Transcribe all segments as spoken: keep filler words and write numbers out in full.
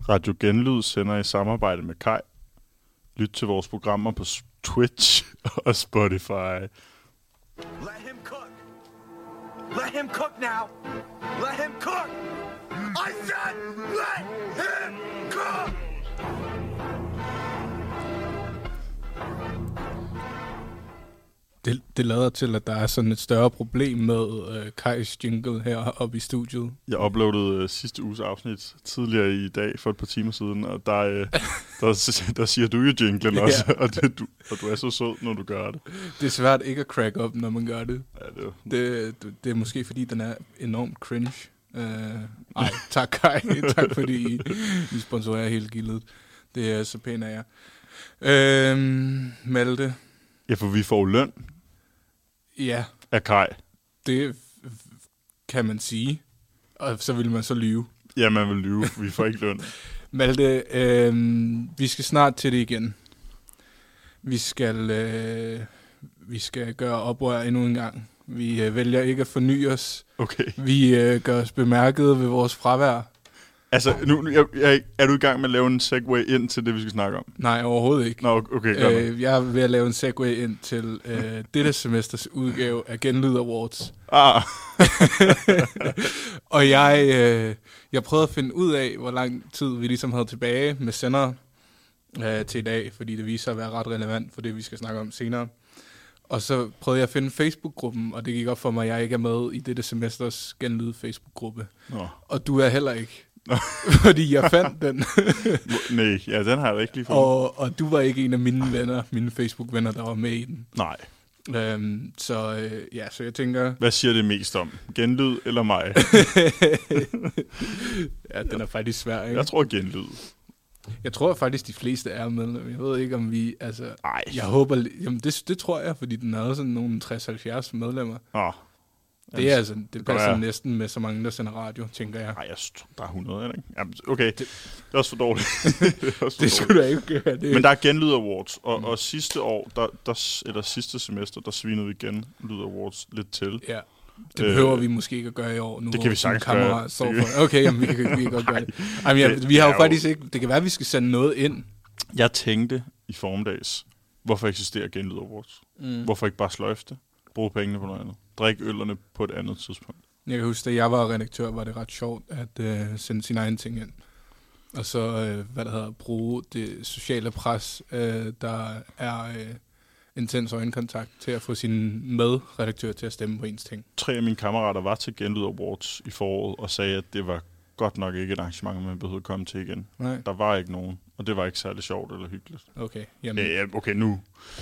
Radio Genlyd sender i samarbejde med Kai. Lyt til vores programmer på Twitch og Spotify. Let him cook. Let him cook now. Let him cook. I said let him cook. Det, det lader til, at der er sådan et større problem med øh, Kajs jingle her oppe i studiet. Jeg uploadede øh, sidste uges afsnit tidligere i dag for et par timer siden, og der, øh, der, der siger du jo jinglen også, ja. og, det, du, og du er så sød, når du gør det. Det er svært ikke at crack op, når man gør det. Ja, det, er... Det, det, det er måske, fordi den er enormt cringe. Uh, ej, tak Kaj. Tak fordi I, I sponsorerer hele gildet. Det er så pænt af jer. Uh, Malte. Ja, for vi får løn. Ja. Af Kai. Det kan man sige. Og så vil man så lyve. Ja, man vil lyve. Vi får ikke løn. Malte, øh, vi skal snart til det igen. Vi skal, øh, vi skal gøre oprør endnu en gang. Vi øh, vælger ikke at forny os. Okay. Vi øh, gør os bemærket ved vores fravær. Altså, nu, jeg, jeg, er du i gang med at lave en segue ind til det, vi skal snakke om? Nej, overhovedet ikke. Nå, okay, øh, jeg er ved at lave en segue ind til øh, dette semesters udgave af Genlyd Awards. Ah. Og jeg, øh, jeg prøvede at finde ud af, hvor lang tid vi ligesom havde tilbage med sender øh, til i dag, fordi det viser sig at være ret relevant for det, vi skal snakke om senere. Og så prøvede jeg at finde Facebook-gruppen, og det gik op for mig, at jeg ikke er med i dette semesters Genlyd Facebook-gruppe. Nå. Og du er heller ikke. Fordi jeg fandt den. Nej, ja, den har jeg ikke lige fundet. Og, og du var ikke en af mine venner, mine Facebook-venner, der var med i den. Nej. Øhm, så øh, ja, så jeg tænker... Hvad siger det mest om? Genlyd eller mig? Ja, den er faktisk svær, ikke? Jeg tror genlyd. Jeg tror faktisk, de fleste er med. Jeg ved ikke, om vi... Altså, Ej. Jeg håber... Jamen, det, det tror jeg, fordi den har sådan nogle tres til halvfjerds medlemmer. Åh. Det er altså... Det passer være. næsten med så mange, der sender radio, tænker jeg. Nej, jeg tror, der er hundrede, er det ikke? Jamen, okay, det, det er også for dårligt. det er også for det skulle da ikke gøre. Det. Men der er Genlyd Awards, og, mm. og sidste år, der, der, eller sidste semester, der svinede vi Genlyd Awards lidt til. Ja. Det behøver øh, vi måske ikke at gøre i år nu. Det kan vi sagtens gøre. For. Okay, jamen, vi kan, vi kan godt gøre det. Jamen, ja, vi har jo faktisk ikke... Det kan være, at vi skal sende noget ind. Jeg tænkte i formiddags, hvorfor eksisterer Genlyd Awards? Mm. Hvorfor ikke bare sløjfe det? Bruge pengene på noget andet. Drik ølerne på et andet tidspunkt. Jeg kan huske, da jeg var redaktør, var det ret sjovt at øh, sende sine egne ting ind. Og så, øh, hvad der hedder, bruge det sociale pres, øh, der er øh, intens øjenkontakt til at få sin medredaktør til at stemme på ens ting. Tre af mine kammerater var til Genlyd Awards i foråret og sagde, at det var godt nok ikke et arrangement, man behøvede komme til igen. Nej. Der var ikke nogen, og det var ikke særlig sjovt eller hyggeligt. Okay, jamen. Ja, okay, nu.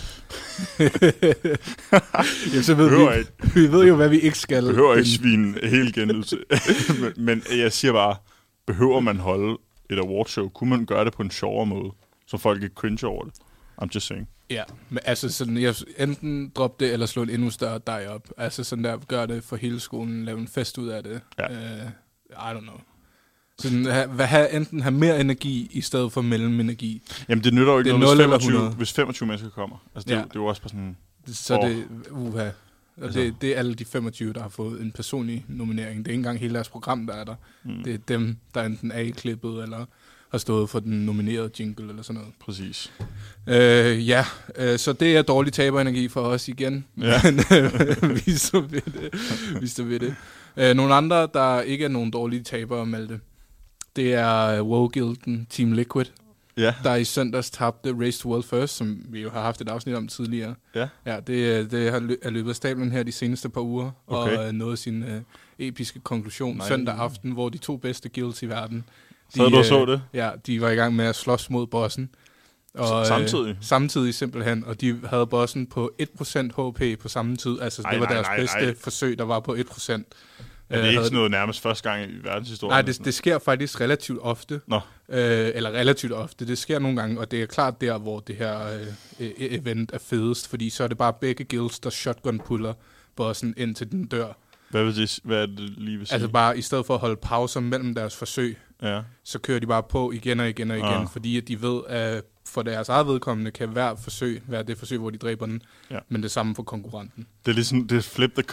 Jamen, så ved vi, ikke, vi ved jo, hvad vi ikke skal. Behøver ikke svine helt Genlyd til. men, men jeg siger bare, behøver man holde et awardshow? Kunne man gøre det på en sjovere måde, så folk ikke cringe over det? I'm just saying. Ja, men altså sådan, jeg enten droppe det, eller slå en endnu større dej op. Altså sådan der, gør det for hele skolen, lave en fest ud af det. Ja. Uh, I don't know. Sådan, ha, ha, enten have mere energi, i stedet for mellemenergi. Jamen det nytter jo ikke det noget, hvis femogtyve, hvis femogtyve mennesker kommer. Altså det, ja. det er jo også bare sådan... Så oh. det, uha. Og altså. det, det er alle de femogtyve, der har fået en personlig nominering. Det er ikke engang hele deres program, der er der. Mm. Det er dem, der enten er i klippet, eller har stået for den nominerede jingle, eller sådan noget. Præcis. Øh, ja, øh, så det er dårlig taberenergi for os igen. Ja. Men øh, vi står ved det. Vi står ved det. Øh, nogle andre, der ikke er nogen dårlige tabere, Malte, det er WoW-gilden Team Liquid, ja. der i søndags tabte Race to World First, som vi jo har haft et afsnit om tidligere. Ja. Ja, det, det har lø- er løbet af stablen her de seneste par uger, okay. og nåede sin øh, episke konklusion Nej. søndag aften, hvor de to bedste guilds i verden, de, så du øh, så det? Ja, de var i gang med at slås mod bossen. Og, samtidig? Øh, samtidig simpelthen, og de havde bossen på et procent H P på samme tid, altså ej, det var nej, deres nej, bedste nej. forsøg, der var på et procent. Er det ikke sådan noget nærmest første gang i verdenshistorien? Nej, det, det sker faktisk relativt ofte. Nå. Øh, eller relativt ofte. Det sker nogle gange, og det er klart der, hvor det her øh, event er fedest, fordi så er det bare begge guilds, der shotgun-puller bossen ind til den dør. Hvad, vil det, hvad er det lige vil sige? Altså bare, i stedet for at holde pauser mellem deres forsøg, ja. så kører de bare på igen og igen og igen, ah. fordi at de ved, at for deres eget vedkommende kan hver forsøg være det forsøg, hvor de dræber den, ja. men det samme for konkurrenten. Det er ligesom, det er flip the cup.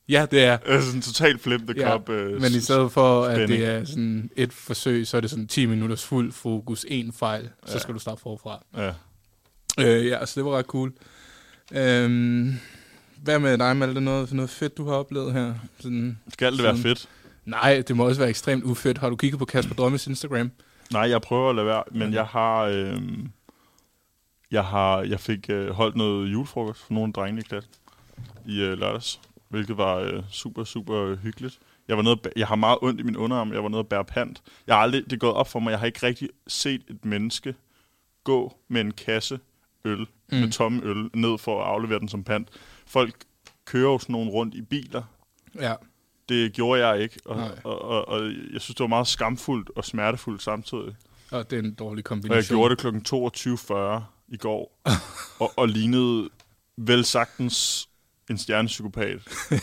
Ja, det er. Altså sådan totalt flip the Ja, cup. Øh, men i stedet for, at spænding. det er sådan et forsøg, så er det sådan ti minutters fuld fokus, en fejl, så Ja. skal du starte forfra. Ja. Øh, ja, så det var ret cool. Øhm, hvad med dig, Malte? Noget, noget fedt, du har oplevet her? Sådan, Skal det være sådan- fedt? Nej, det må også være ekstremt ufedt. Har du kigget på Kasper Drømmes Instagram? Nej, jeg prøver at lade være, men Okay. jeg har... Øh, jeg har jeg fik øh, holdt noget julefrokost for nogle drenge i klassen i øh, lørdags, hvilket var øh, super, super hyggeligt. Jeg var nede, at bæ- jeg har meget ondt i min underarm. Jeg var nede at bære pant. Jeg har aldrig, det er gået op for mig. Jeg har ikke rigtig set et menneske gå med en kasse øl, mm. med tomme øl, ned for at aflevere den som pant. Folk kører jo sådan nogle rundt i biler. Ja. Det gjorde jeg ikke, og, Nej. og, og, og jeg synes, det var meget skamfuldt og smertefuldt samtidig. Og det er en dårlig Og kombination. jeg gjorde det klokken toogtyve fyrre i går, og, og lignede vel sagtens en stjernepsykopat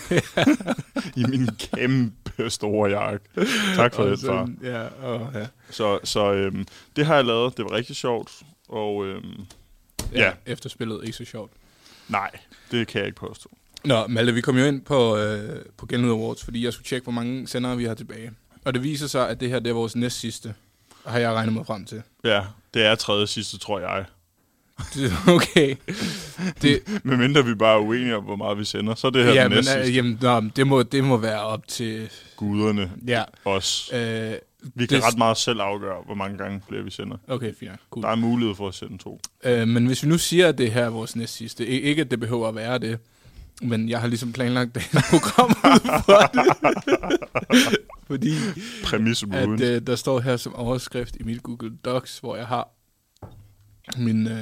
i min kæmpe store jakke. Tak for Og det, far. sådan, Ja, og, ja. Så, så øhm, det har jeg lavet. Det var rigtig sjovt. Og øhm, ja. Ja. Efterspillet ikke så sjovt. nej, det kan jeg ikke påstå. Nå, Malte, vi kom jo ind på, øh, på Genlyd Awards, fordi jeg skulle tjekke, hvor mange sendere vi har tilbage. Og det viser sig, at det her det er vores næst sidste, har jeg regnet mig frem til. Ja, det er tredje sidste, tror jeg. Det, okay. Det, Medmindre vi bare er uenige om, hvor meget vi sender, så er det her ja, den men næste øh, sidste. jamen, nå, det, må, det må være op til... Guderne, Ja, os. øh, Vi kan det- ret meget selv afgøre, hvor mange gange flere vi sender. okay, fint. Cool. Der er mulighed for at sende to. Øh, men hvis vi nu siger, at det her er vores næst sidste, i- ikke at det behøver at være det, men jeg har ligesom planlagt et program ud for det. Fordi Præmis at uden. øh, der står her som overskrift i mit Google Docs, hvor jeg har min, øh,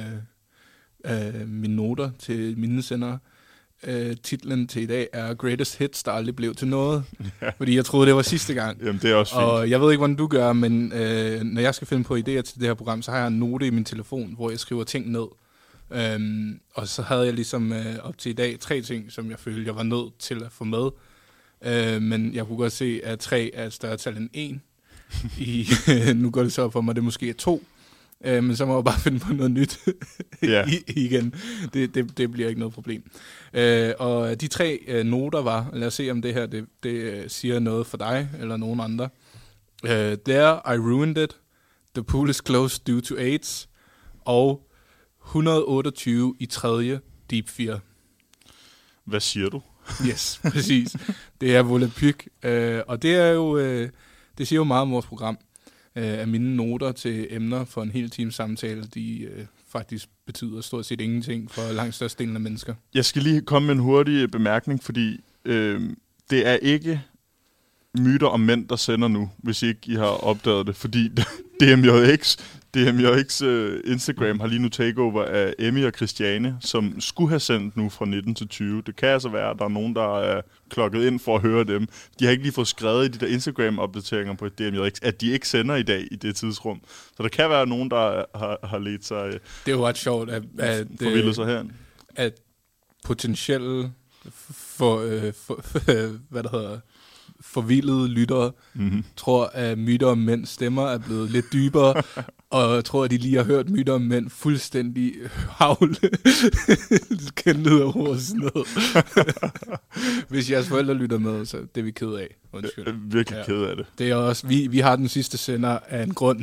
øh, mine noter til mindesendere. Øh, titlen til i dag er Greatest Hits, der aldrig blev til noget. Ja. Fordi jeg troede, det var sidste gang. Jamen, det er også fint. Og jeg ved ikke, hvordan du gør, men øh, når jeg skal finde på idéer til det her program, så har jeg en note i min telefon, hvor jeg skriver ting ned. Øhm, og så havde jeg ligesom øh, op til i dag tre ting, som jeg følte, jeg var nødt til at få med. Øh, men jeg kunne godt se, at tre er et større tal end en. I, nu går det så op for mig, at det måske er to. Øh, men så må jeg bare finde på noget nyt Ja. I, igen. Det, det, det bliver ikke noget problem. Øh, og de tre øh, noter var, lad os se om det her det, det øh, siger noget for dig eller nogen andre. Uh, there I ruined it. The pool is closed due to AIDS. Og et hundrede otteogtyve i tredje Deep Fear. Hvad siger du? Yes, præcis. Det er Volapyk. Uh, og det er jo, uh, det siger jo meget om vores program. Uh, at mine noter til emner for en hel times samtale, de uh, faktisk betyder stort set ingenting for langt størstedelen af mennesker. Jeg skal lige komme med en hurtig bemærkning, fordi øh, det er ikke myter om mænd, der sender nu, hvis ikke I har opdaget det. Fordi D M J X, D M J X uh, Instagram har lige nu takeover af Emmy og Christiane, som skulle have sendt nu fra nitten til tyve. Det kan altså være, at der er nogen, der er klokket ind for at høre dem. De har ikke lige fået skrevet i de der Instagram-opdateringer på D M J X, at de ikke sender i dag i det tidsrum. Så der kan være nogen, der har, har let sig uh, Det er jo ret sjovt, at, at, forvildet sig her. at potentielle for, øh, for, hvad der hedder, forvildede lyttere Mm-hmm. tror, at myter om mænds stemmer er blevet lidt dybere, og tror, at de lige har hørt myter om mænd fuldstændig havle kendte ord og sådan noget. Hvis jeres forældre lytter med, så det er vi ked af. Undskyld. Jeg er virkelig Ja. ked af det. Det er også, vi, vi har den sidste sender af en grund.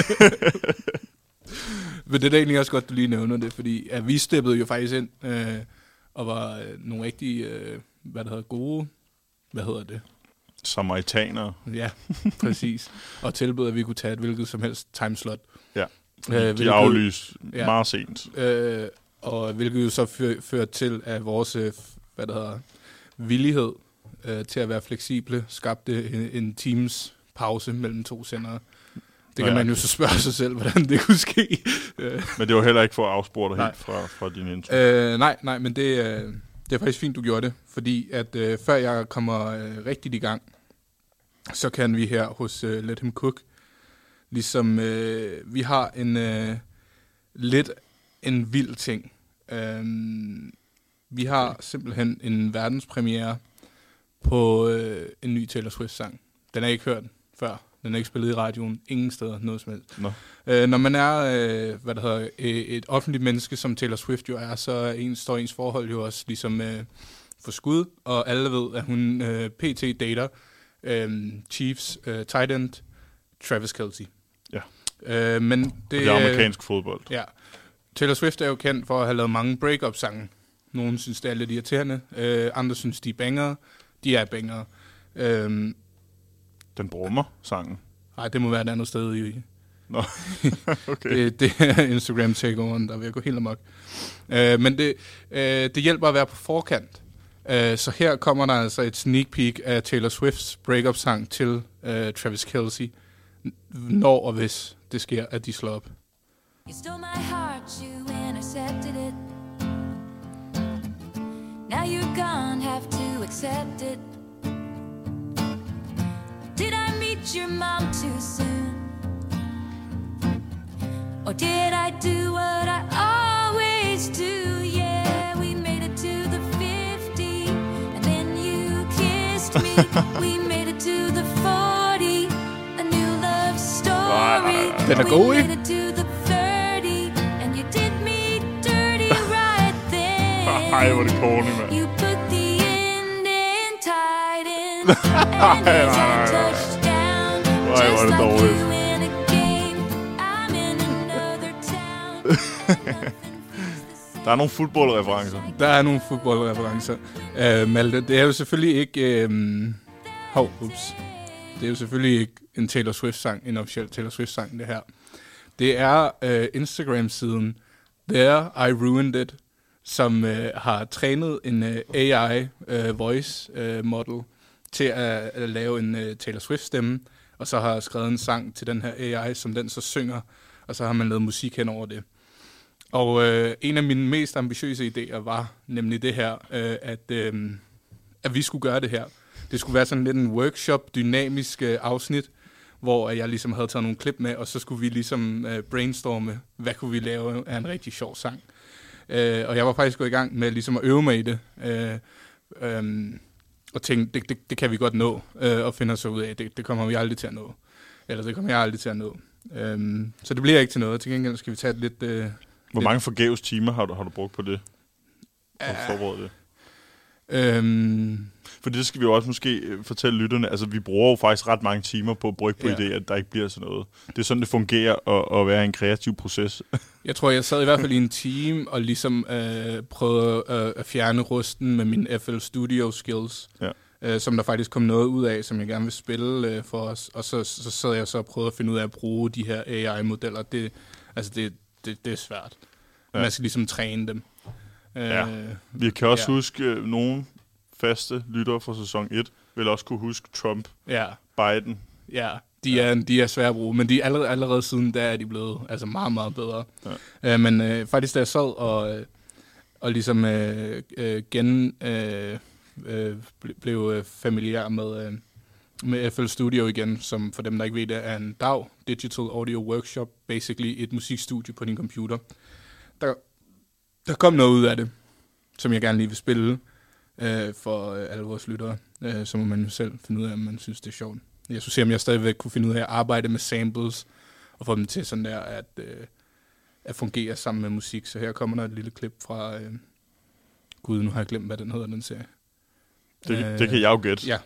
Men det er da egentlig også godt, du lige nævner det, fordi at vi steppede jo faktisk ind, øh, og var øh, nogle rigtig, øh, hvad der hedder, gode, hvad hedder det? Samaritanere. Ja, præcis. Og tilbød, at vi kunne tage et hvilket som helst timeslot. Ja. Øh, De hvilket- er aflyst Ja. meget sent. Øh, og hvilket jo så fyr, førte til, at vores, øh, hvad der hedder, villighed øh, til at være fleksible, skabte en, en times pause mellem to sendere. Det kan Nå ja. man jo så spørge sig selv, hvordan det kunne ske. Øh, Men det var heller ikke for at afspore dig Nej. helt fra, fra din intro. øh, nej, nej, men det, øh, det er faktisk fint, du gjorde det. Fordi at øh, før jeg kommer øh, rigtigt i gang, så kan vi her hos øh, Let Him Cook, ligesom øh, vi har en øh, lidt en vild ting. Øhm, vi har okay. simpelthen en verdenspremiere på øh, en ny Taylor Swift-sang. Den er ikke hørt før. Den er ikke spillet i radioen. Ingen steder, noget som helst. Nå. Øh, når man er øh, hvad der hedder, øh, et offentligt menneske, som Taylor Swift jo er, så er ens, står ens forhold jo også ligesom øh, for skud, og alle ved, at hun øh, P T dater øh, Chiefs øh, tight end Travis Kelce. Ja. Øh, men det, det er amerikansk fodbold. Ja. Taylor Swift er jo kendt for at have lavet mange break-up-sange. Nogle synes, det er lidt irriterende. Øh, andre synes, de er bangere. De er bangere. Øh, Den brummer sangen. Nej, det må være et andet sted i... Nå, okay. det, det er Instagram takeoveren, der er ved at gå helt amok. Øh, men det, øh, det hjælper at være på forkant. Øh, så her kommer der altså et sneak peek af Taylor Swifts break-up-sang til øh, Travis Kelce, når og hvis det sker, at de slår op. You stole my heart, you intercepted it. Now you're gone, have to accept it. Did I meet your mom too soon? Or did I do what I always do? Yeah, we made it to the fifty, and then you kissed me. We made it to the forty, a new love story. Den er god, ikke? We made it to the thirty, and you did me dirty right then. Ej, hvor er det corny, mand. You put the end in tight end, and as I touched down, Ej, hvor er det dårligt. Der er nogle fodboldreferencer. Der er nogle fodboldreferencer. Uh, Malte, det er jo selvfølgelig ikke... Uh, hov, ups. Det er jo selvfølgelig ikke en Taylor Swift-sang, en officiel Taylor Swift-sang, det her. Det er uh, Instagram-siden There I Ruined It, som uh, har trænet en uh, A I uh, voice uh, model til at, at lave en uh, Taylor Swift-stemme, og så har skrevet en sang til den her A I, som den så synger, og så har man lavet musik hen over det. Og øh, en af mine mest ambitiøse idéer var nemlig det her, øh, at, øh, at vi skulle gøre det her. Det skulle være sådan lidt en workshop, dynamisk øh, afsnit, hvor jeg ligesom havde taget nogle klip med, og så skulle vi ligesom øh, brainstorme, hvad kunne vi lave af en rigtig sjov sang. Øh, og jeg var faktisk gået i gang med ligesom at øve mig i det, øh, øh, og tænkte, det, det, det kan vi godt nå, øh, og finde os ud af. Det, det kommer vi aldrig til at nå. Eller det kommer jeg aldrig til at nå. Øh, så det bliver ikke til noget. Til gengæld skal vi tage et lidt... Øh, Hvor mange forgæves timer har du, har du brugt på det? For at forberede det? Øhm, For det skal vi jo også måske fortælle lytterne. Altså, vi bruger jo faktisk ret mange timer på at brygge på Ja. idéer, at der ikke bliver sådan noget. Det er sådan, det fungerer at, at være en kreativ proces. jeg tror, jeg sad i hvert fald i en team og ligesom øh, prøvede øh, at fjerne rusten med mine F L Studio skills, Ja. øh, som der faktisk kom noget ud af, som jeg gerne vil spille øh, for os. Og så, så sad jeg så og prøvede at finde ud af at bruge de her A I-modeller. Det, altså, det, det, det er svært. Ja. Man skal ligesom træne dem. Ja. Øh, Vi kan også Ja. huske øh, nogle faste lyttere fra sæson et, vil også kunne huske Trump, ja, Biden. ja. De er, de er svære at bruge, men de er allerede, allerede siden der er de blevet altså meget, meget bedre. Ja. Øh, men øh, faktisk da jeg sad og, øh, og ligesom øh, øh, gen øh, øh, ble, blev øh, familiær med, øh, med F L Studio igen, som for dem, der ikke ved det, er en D A W, Digital Audio Workshop, basically et musikstudie på din computer. Der, der kom noget ud af det, som jeg gerne lige vil spille øh, for øh, alle vores lyttere. Øh, så må man jo selv finde ud af, om man synes, det er sjovt. Jeg skulle se, om jeg stadigvæk kunne finde ud af at arbejde med samples, og få dem til sådan der, at, øh, at fungere sammen med musik. Så her kommer der et lille klip fra... Øh, Gud, nu har jeg glemt, hvad den hedder, den serie. Det, Øh, det kan jeg jo gætte. Ja.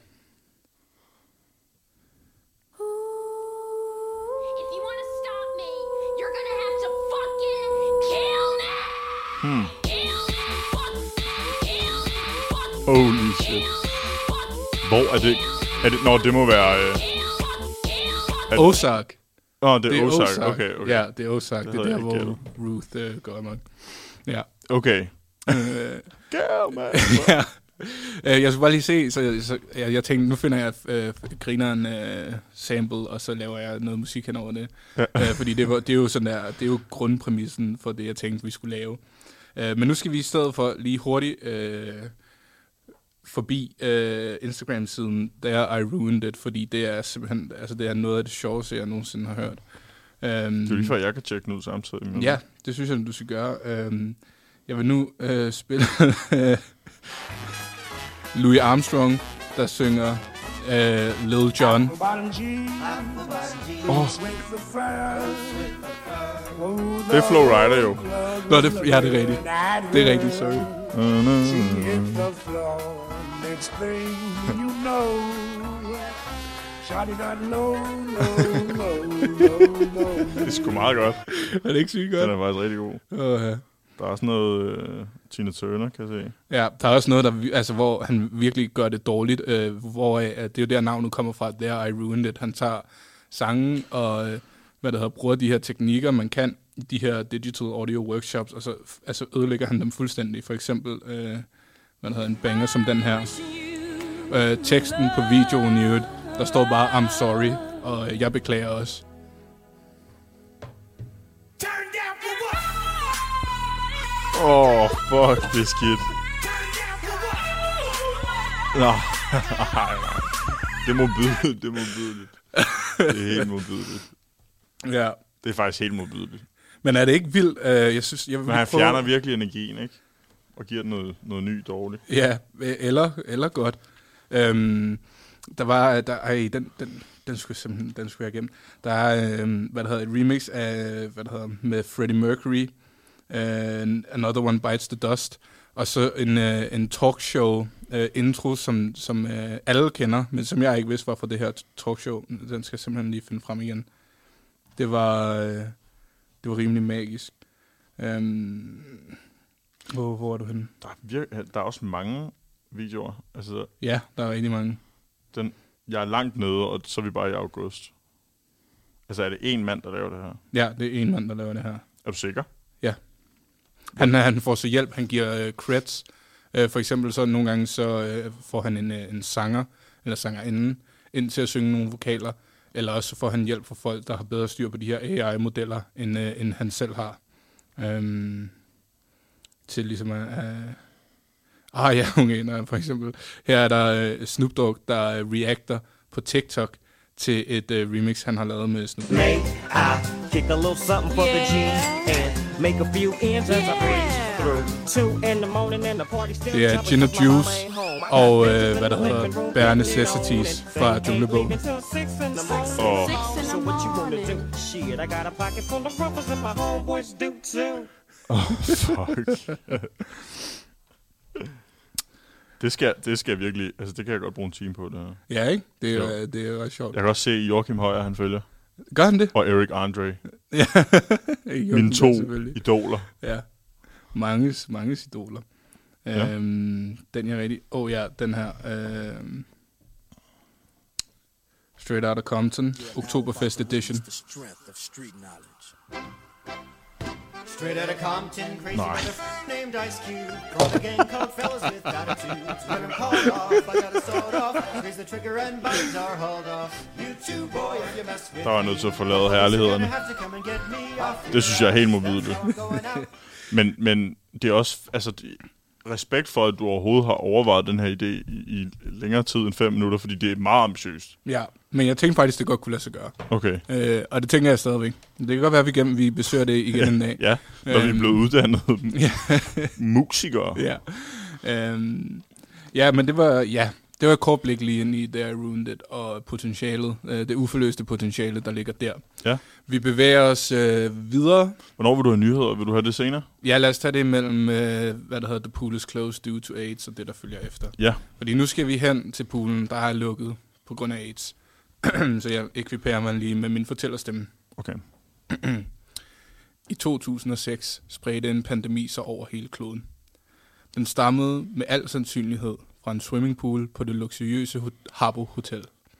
If you want to stop me, you're gonna have to fucking kill me. Hmm. Kill me. Fuck. Kill me. Fuck. Holy shit. Hvor er det? Er det? Nå, det må være... Øh, er, Ozark. Nå, det er, Det er Ozark. Ozark. Okay, okay. Ja, det er Ozark. Det Det, det havde er jeg der, ikke hvor Ruth øh, går amok. Ja. Okay. Øh, Girl, man. ja. Øh, jeg skulle bare lige se, så, jeg, så jeg, jeg tænkte, nu finder jeg øh, grineren øh, sample, og så laver jeg noget musik hen over det. Ja. Øh, fordi det, var, det er jo sådan der, det er jo grundpræmissen for det, jeg tænkte, vi skulle lave. Øh, men nu skal vi i stedet for lige hurtigt øh, forbi øh, Instagram-siden, der I Ruined It, fordi det er simpelthen, altså det er noget af det sjoveste, jeg nogensinde har hørt. Um, Det er lige før, jeg kan tjekke den ud samtidig. Men... Ja, det synes jeg, du skal gøre. Um, jeg vil nu uh, spille Louis Armstrong, der synger uh, Lil Jon. Oh. Det er Flow Rider jo. Nå, det, ja, det er rigtigt. Det er rigtigt, sorry. hit the floor. Next thing you know, Shawty got low, low, low, low, low. Det er sgu meget godt. Er det ikke sygt godt? Den er faktisk rigtig god. Oh, ja. Der er også noget uh, Tina Turner, kan jeg se. Ja, der er også noget, der, altså, hvor han virkelig gør det dårligt, øh, hvor øh, det er jo der navnet kommer fra, There I Ruined It. Han tager sangen og øh, hvad der hedder, bruger de her teknikker, man kan i de her digital audio workshops, og så altså, ødelægger han dem fuldstændig. For eksempel, øh, hvad der hedder, en banger som den her. Øh, teksten på videoen i øvrigt, der står bare, I'm sorry, og øh, jeg beklager også. Åh, oh, fuck, det er skidt. Nå, det er modbydeligt, det er modbydeligt. Det er helt modbydeligt. Ja. Det er faktisk helt modbydeligt. Men er det ikke vildt? Uh, jeg synes, jeg vil Men han prøve... fjerner virkelig energien, ikke? Og giver den noget, noget ny dårligt. Ja, eller, eller godt. Um, der var, der, ej, den, den, den skulle simpelthen, den skulle jeg igennem. Der er, um, hvad der hedder, et remix af, hvad der hedder, med Freddie Mercury, uh, Another One Bites the Dust, og så en, uh, en talkshow uh, intro, som, som uh, alle kender, men som jeg ikke vidste var fra det her talkshow. Den skal jeg simpelthen lige finde frem igen. Det var, uh, det var rimelig magisk. Um, hvor, hvor er du henne? Der er, vir- der er også mange videoer. Altså, Ja, der er rigtig mange. den, jeg er langt nede, og så er vi bare i august. Altså, er det en mand, der laver det her? Ja, det er en mand, der laver det her. Er du sikker? Ja. Han, han får så hjælp, han giver uh, creds. Uh, for eksempel så nogle gange så uh, får han en, uh, en sanger, eller sangerinde, ind til at synge nogle vokaler. Eller også så får han hjælp fra folk, der har bedre styr på de her A I-modeller, end, uh, end han selv har. Um, til ligesom at... Uh, ah ja, okay, nej, for eksempel. Her er der uh, Snoop Dogg, der uh, reacter på TikTok til et uh, remix, han har lavet med Snoop Dogg. May I kick a little something for the G's and make a few ends as I breeze through two in the morning and the party still. Det er Gin and Juice og øh, hvad der hedder Bare Necessities fra Junglebogen. Åh. So what you wanna do? Shit, I got a pocket full of ruffles and my homeboys do too. Åh, oh, fuck. det, skal, det skal jeg virkelig... Altså, det kan jeg godt bruge en time på, det her. Ja, ikke? Det er, Jo. jo. det er jo ret sjovt. Jeg kan også se Joachim Højer, han følger. Gør han det? Og Eric Andre. Ja. Mine to idoler. Ja. Manges, manges idoler. Ja. Øhm, den jeg rigtig... Åh oh, ja, den her. Øhm, Straight Outta Compton, Oktoberfest Edition. Straight out of Compton, crazy Nej. motherfucker named Ice Cube. Called the gang called fellas with attitudes. When I'm called off, I got a sawed off. Raise the trigger and buttons are hauled off. You two boy, if you mess with Der var jeg nødt til at forlade herlighederne. Det synes jeg er helt modbydeligt. men, men det er også... Altså, det, respekt for, at du overhovedet har overvejet den her idé i, i længere tid end fem minutter, fordi det er meget ambitiøst. Ja, men jeg tænkte faktisk, det godt kunne lade sig gøre. Okay. Øh, og det tænker jeg stadigvæk. Det kan godt være, at vi, gennem, vi besøger det igen ja, en dag. Ja, når øhm, vi er blevet uddannet ja. musikere. Ja. Øhm, ja, men det var, ja, det var et kort blik lige ind i There I Ruined It, og potentialet, øh, det uforløste potentiale, der ligger der. Ja. Vi bevæger os øh, videre. Hvornår vil du have nyheder? Vil du have det senere? Ja, lad os tage det mellem, øh, hvad der hedder, The Pool is Closed Due to AIDS, og det, der følger efter. Ja. Fordi nu skal vi hen til poolen, der er lukket på grund af AIDS. Så jeg ekviperer mig lige med min fortællerstemme. Okay. I to tusind og seks spredte en pandemi sig over hele kloden. Den stammede med al sandsynlighed fra en swimmingpool på det luksuriøse ho- Habbo Hotel.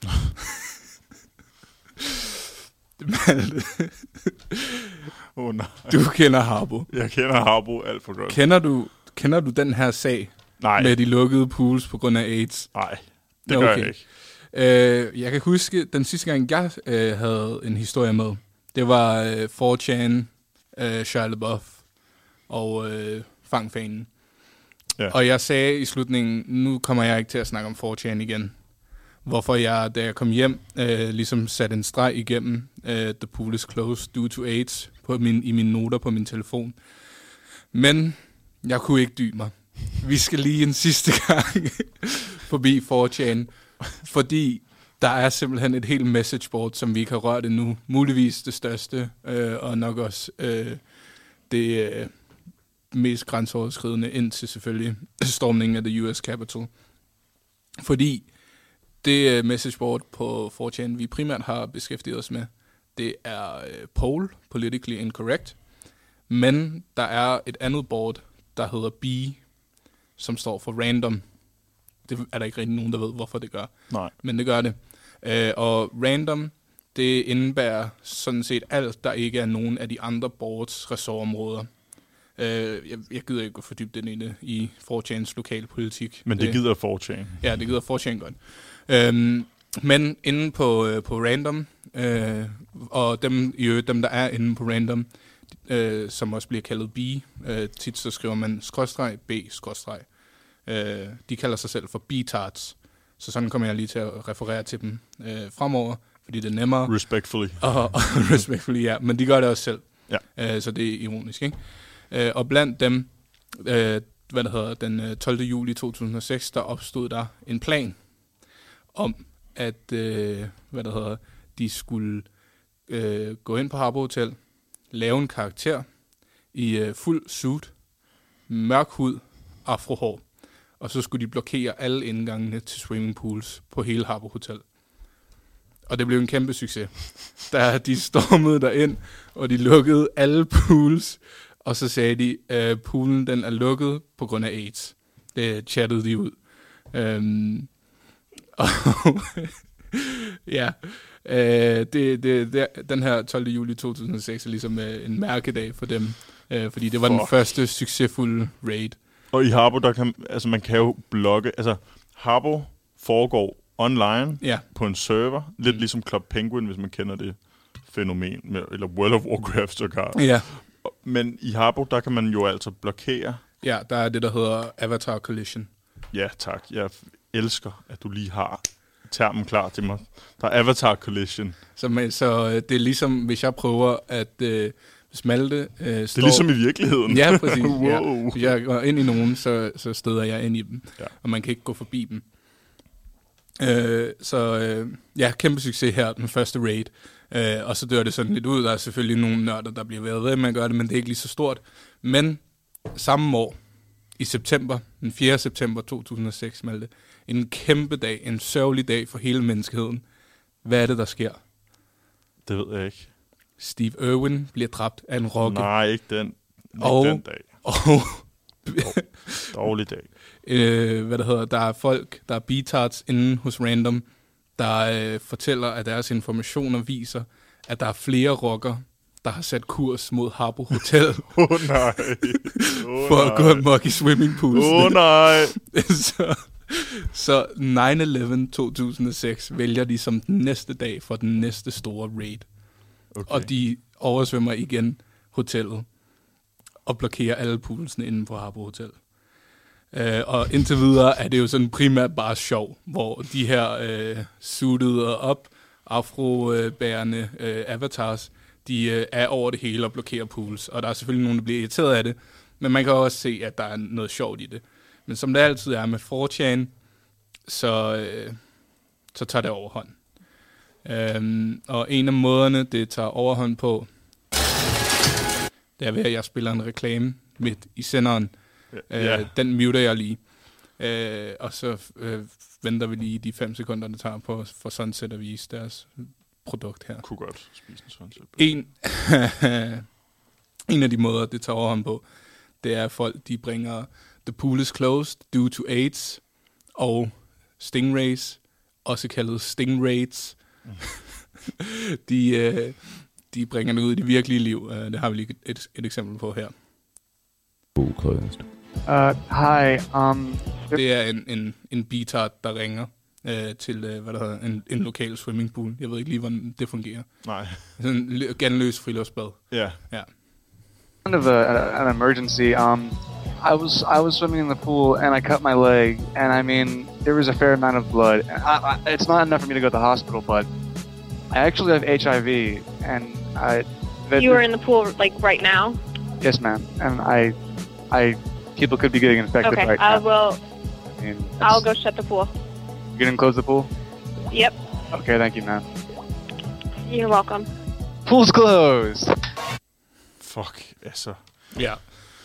Åh oh, nej. Du kender Habbo. Jeg kender Habbo alt for godt. Kender du, kender du den her sag Nej. med de lukkede pools på grund af AIDS? Nej, det Okay. gør jeg ikke. Øh, jeg kan huske, den sidste gang, jeg øh, havde en historie med, det var øh, four chan, øh, Shia LaBeouf og øh, Fangfanen. Ja. Og jeg sagde i slutningen, nu kommer jeg ikke til at snakke om four chan igen. Hvorfor jeg, da jeg kom hjem, øh, ligesom satte en streg igennem øh, The Pool is Closed Due to AIDS på min, i mine noter på min telefon. Men jeg kunne ikke dy mig. Vi skal lige en sidste gang forbi four chan, fordi der er simpelthen et helt messageboard, som vi ikke har rørt endnu. Muligvis det største, øh, og nok også øh, det, øh, mest grænseoverskridende indtil selvfølgelig stormningen af the U S Capitol. Fordi det uh, messageboard på four chan, vi primært har beskæftiget os med, det er uh, poll, politically incorrect. Men der er et andet board, der hedder B, som står for random. Det er der ikke rigtig nogen, der ved, hvorfor det gør. Nej. Men det gør det. Uh, og random, det indebærer sådan set alt, der ikke er nogen af de andre boards ressortområder. Uh, jeg, jeg gider ikke gå for dybt ind i det i four chans lokalpolitik. Men det, det gider four chan. Ja, det gider four chan godt. Um, men inde på, uh, på random, uh, og dem, i øvrigt, dem der er inde på random, uh, som også bliver kaldet B, uh, tit så skriver man skråstreg, B, skråstreg. Uh, de kalder sig selv for B-tarts. Så sådan kommer jeg lige til at referere til dem uh, fremover, fordi det er nemmere. Respectfully. Og, og respectfully, ja. Men de gør det også selv. Ja. Uh, så det er ironisk, ikke? Uh, og blandt dem, uh, hvad der hedder, den tolvte juli to tusind og seks, der opstod der en plan om, at uh, hvad der hedder, de skulle uh, gå ind på Habbo Hotel, lave en karakter i uh, fuld suit, mørk hud, afrohår, og så skulle de blokere alle indgangene til swimmingpools på hele Habbo Hotel. Og det blev en kæmpe succes. Der de stormede derind, og de lukkede alle pools, og så sagde de, at uh, poolen den er lukket på grund af AIDS. Det chattede de ud. Um, og ja, uh, det, det, det, den her tolvte juli to tusind og seks er ligesom uh, en mærkedag for dem, uh, fordi det var Fuck. den første succesfulde raid. Og i Habbo, der kan, altså man kan jo blogge, altså Habbo foregår online ja. på en server, lidt mm. ligesom Club Penguin, hvis man kender det fænomen, med, eller World of Warcraft sågar. Ja. Men i Habbo, der kan man jo altså blokere. Ja, der er det, der hedder Avatar Collision. Ja, tak. Jeg elsker, at du lige har termen klar til mig. Der er Avatar Collision. Så, så det er ligesom, hvis jeg prøver at øh, smalte... Øh, det er ligesom i virkeligheden. Ja, præcis. Wow. Ja. Hvis jeg går ind i nogen, så, så støder jeg ind i dem. Ja. Og man kan ikke gå forbi dem. Øh, så øh, ja, kæmpe succes her, den første raid. Øh, og så dør det sådan lidt ud. Der er selvfølgelig nogle nørder, der bliver været ved med at gøre det, men det er ikke lige så stort. Men samme år, i september, den fjerde september to tusind og seks, Malte, en kæmpe dag, en sørgelig dag for hele menneskeheden. Hvad er det, der sker? Det ved jeg ikke. Steve Irwin bliver dræbt af en rokke. Nej, ikke den, ikke og, den dag. Og dårlig dag. øh, hvad der hedder, der er folk, der er B-tarts inde hos Random, der øh, fortæller, at deres informationer viser, at der er flere rocker, der har sat kurs mod Habbo Hotel. Åh oh, nej. Oh, for nej. at gå amok i swimmingpools. Åh oh, nej. så så nine eleven to tusind og seks vælger de som den næste dag for den næste store raid. Okay. Og de oversvømmer igen hotellet og blokerer alle poolsene inden på Habbo Hotel. Uh, og indtil videre er det jo sådan primært bare sjov, hvor de her uh, suitede op, afrobærende uh, avatars, de uh, er over det hele og blokerer pools. Og der er selvfølgelig nogen, der bliver irriteret af det, men man kan også se, at der er noget sjovt i det. Men som det altid er med four chan, så, uh, så tager det overhånd. Um, og en af måderne, det tager overhånd på, det er ved, at jeg spiller en reklame midt i senderen. Ja. Uh, den muter jeg lige. Uh, og så uh, venter vi lige de fem sekunder, det tager på for Sunset at vise deres produkt her. Kunne godt spise en Sunset. En, en af de måder, det tager overhånd på, det er, at folk de bringer The Pool is Closed Due to AIDS og Stingrays, også kaldet Stingrays. Mm. de, uh, de bringer det ud i det virkelige liv. Uh, det har vi lige et, et eksempel på her. Pool closed. Uh, hi, um... Det er en, en, en B-tart, der ringer øh, til, øh, hvad der hedder, en, en lokal swimmingpool. Jeg ved ikke lige, hvordan det fungerer. Nej. Sådan en ganløs friluftsbad. Ja. Ja. Kind of a, an emergency. Um, I was I was swimming in the pool and I cut my leg, and I mean there was a fair amount of blood. I, I, it's not enough for me to go to the hospital, but I actually have H I V, and I. That, you were in the pool like right now? Yes, ma'am. And I, I, people could be getting infected okay, right I now. will. I mean, I'll go shut the pool. You gonna close the pool? Yep. Okay, thank you, ma'am. You're welcome. Pool's closed. Fuck, altså. Ja.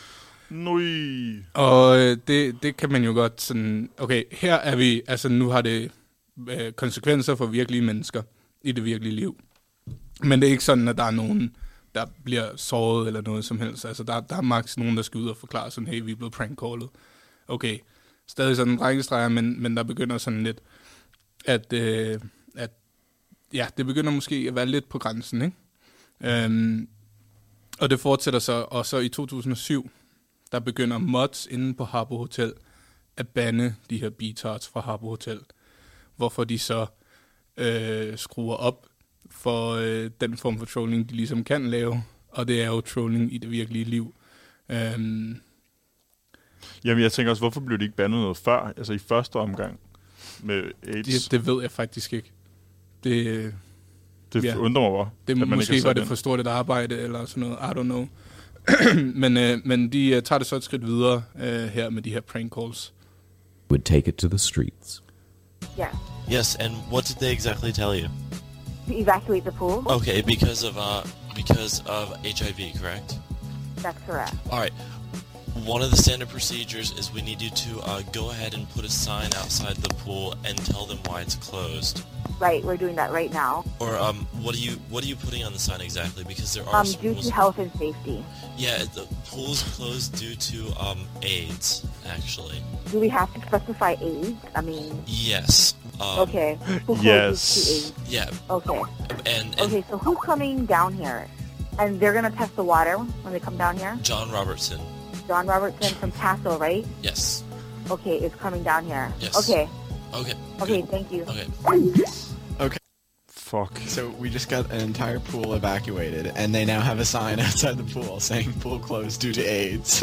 Nøj. Og øh, det, det kan man jo godt sådan... Okay, her er vi... Altså, nu har det øh, konsekvenser for virkelige mennesker i det virkelige liv. Men det er ikke sådan, at der er nogen, der bliver såret eller noget som helst. Altså, der, der er maks nogen, der skal ud og forklare sådan, hey, vi er blevet prank-callet. Okay, stadig sådan en drengestreger, men, men der begynder sådan lidt, at, øh, at... Ja, det begynder måske at være lidt på grænsen, ikke? Øhm, og det fortsætter så, og så i to tusind og syv... der begynder mods inde på Habbo Hotel at bande de her betards fra Habbo Hotel. Hvorfor de så øh, skruer op for øh, den form for trolling, de ligesom kan lave. Og det er jo trolling i det virkelige liv. Um, Jamen, jeg tænker også, hvorfor blev de ikke bandet noget før? Altså i første omgang med AIDS? Det, det ved jeg faktisk ikke. Det, det ja, undrer mig bare. Det måske var det for stort et arbejde, eller sådan noget. I don't know. men, øh, men de øh, tager det så et skridt videre øh, her med de her prank calls. Would take it to the streets. Yeah. Yes, and what did they exactly tell you? To evacuate the pool? Okay, because of uh, because of H I V, correct? That's correct. All right. One of the standard procedures is we need you to uh, go ahead and put a sign outside the pool and tell them why it's closed. Right, we're doing that right now. Or um, what are you what are you putting on the sign exactly? Because there are um due to health and safety. Yeah, the pool's closed due to um AIDS, actually. Do we have to specify AIDS? I mean. Yes. Um, okay. Who yes. To AIDS? Yeah. Okay. And, and okay, so who's coming down here? And they're gonna test the water when they come down here. John Robertson. John Robertson from Castle, right? Yes. Okay, is coming down here. Yes. Okay. Okay. Okay, good. thank you. Okay. Okay. Fuck. So we just got an entire pool evacuated, and they now have a sign outside the pool saying pool closed due to AIDS.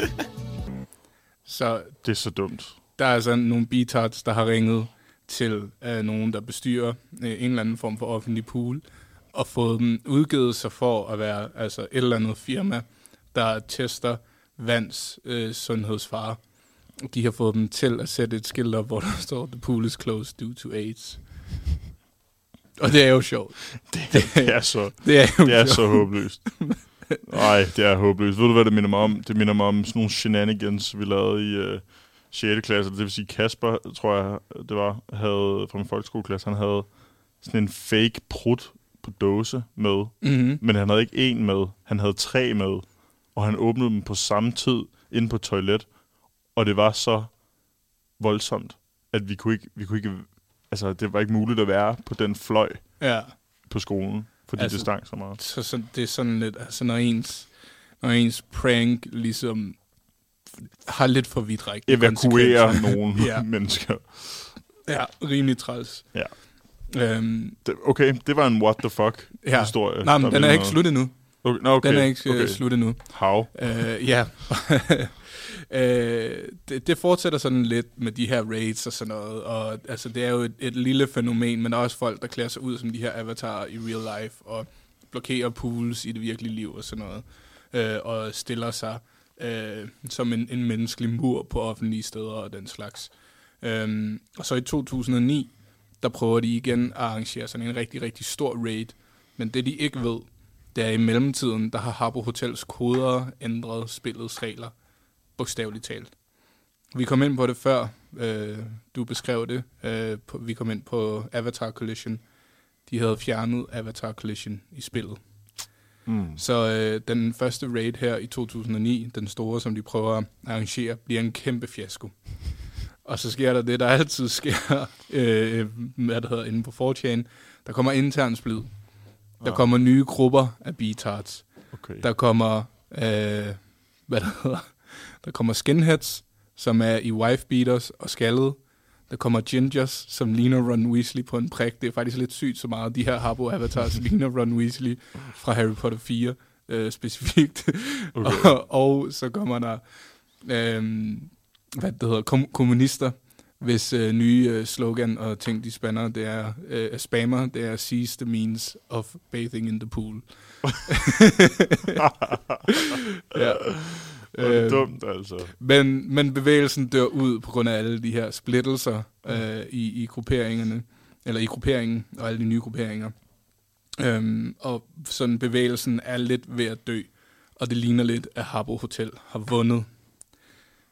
Så det er så dumt. Der er altså nogle betards, der har ringet til øh, nogen, der bestyrer øh, en eller anden form for offentlig pool, og fået dem udgivet sig for at være altså et eller andet firma, der tester vands øh, sundhedsfare. De har fået dem til at sætte et skilt op, hvor der står, the pool is closed due to AIDS. Og det er jo sjovt. Det, det er så, det er, jo det er sjovt. så håbløst. Nej, det er håbløst. Ved du, hvad det minder mig om? Det minder mig om sådan nogle shenanigans, vi lavede i øh, sjette klasse. Det vil sige, Kasper, tror jeg, det var, havde fra min folkeskoleklasse, han havde sådan en fake prut på dåse med. Mm-hmm. Men han havde ikke en med. Han havde tre med. Og han åbnede dem på samme tid inde på toilet. Og det var så voldsomt, at vi kunne ikke, vi kunne ikke, altså det var ikke muligt at være på den fløj ja. på skolen, fordi altså, det stank så meget. Så, så det er sådan lidt, altså når ens, når ens prank ligesom har lidt for vidtrækkende evakuerer nogle ja. mennesker. Ja, rimelig træls. Ja. Øhm, det, okay, det var en what the fuck ja. historie. Nej, men den er ikke slut endnu. Okay, no, okay. Den er ikke okay. slut endnu. How? Øh, ja. øh, det, det fortsætter sådan lidt med de her raids og sådan noget, og altså det er jo et, et lille fænomen, men der er også folk, der klæder sig ud som de her avatarer i real life, og blokerer pools i det virkelige liv og sådan noget, øh, og stiller sig øh, som en, en menneskelig mur på offentlige steder og den slags. Øh, og så i to tusind og ni, der prøver de igen at arrangere sådan en rigtig, rigtig stor raid, men det de ikke ved, det er i mellemtiden, der har Habbo Hotels koder ændret spillets regler, bogstaveligt talt. Vi kom ind på det før, øh, du beskrev det, øh, på, vi kom ind på Avatar Collision. De havde fjernet Avatar Collision i spillet. Mm. Så øh, den første raid her i to tusind og ni, den store, som de prøver at arrangere, bliver en kæmpe fiasko. Og så sker der det, der altid sker, øh, hvad der hedder, inde på four chan. Der kommer intern splid. Der ah. kommer nye grupper af betards. Okay. Der kommer, øh, hvad der hedder, der kommer skinheads, som er i wife beaters og skaldet. Der kommer gingers, som ligner Ron Weasley på en prik. Det er faktisk lidt sygt så meget. De her Habbo avatars ligner Ron Weasley fra Harry Potter fire øh, specifikt. Okay. og, og så kommer der, øh, hvad det hedder, kom- kommunister, hvis øh, nye øh, slogan og ting, de spanner, det er øh, spammer, det er seize the means of bathing in the pool. ja. Det er øh, dumt, altså. Men, men bevægelsen dør ud på grund af alle de her splittelser øh, i, i grupperingerne, eller i grupperingen og alle de nye grupperinger. Øhm, og sådan bevægelsen er lidt ved at dø, og det ligner lidt, at Habbo Hotel har vundet.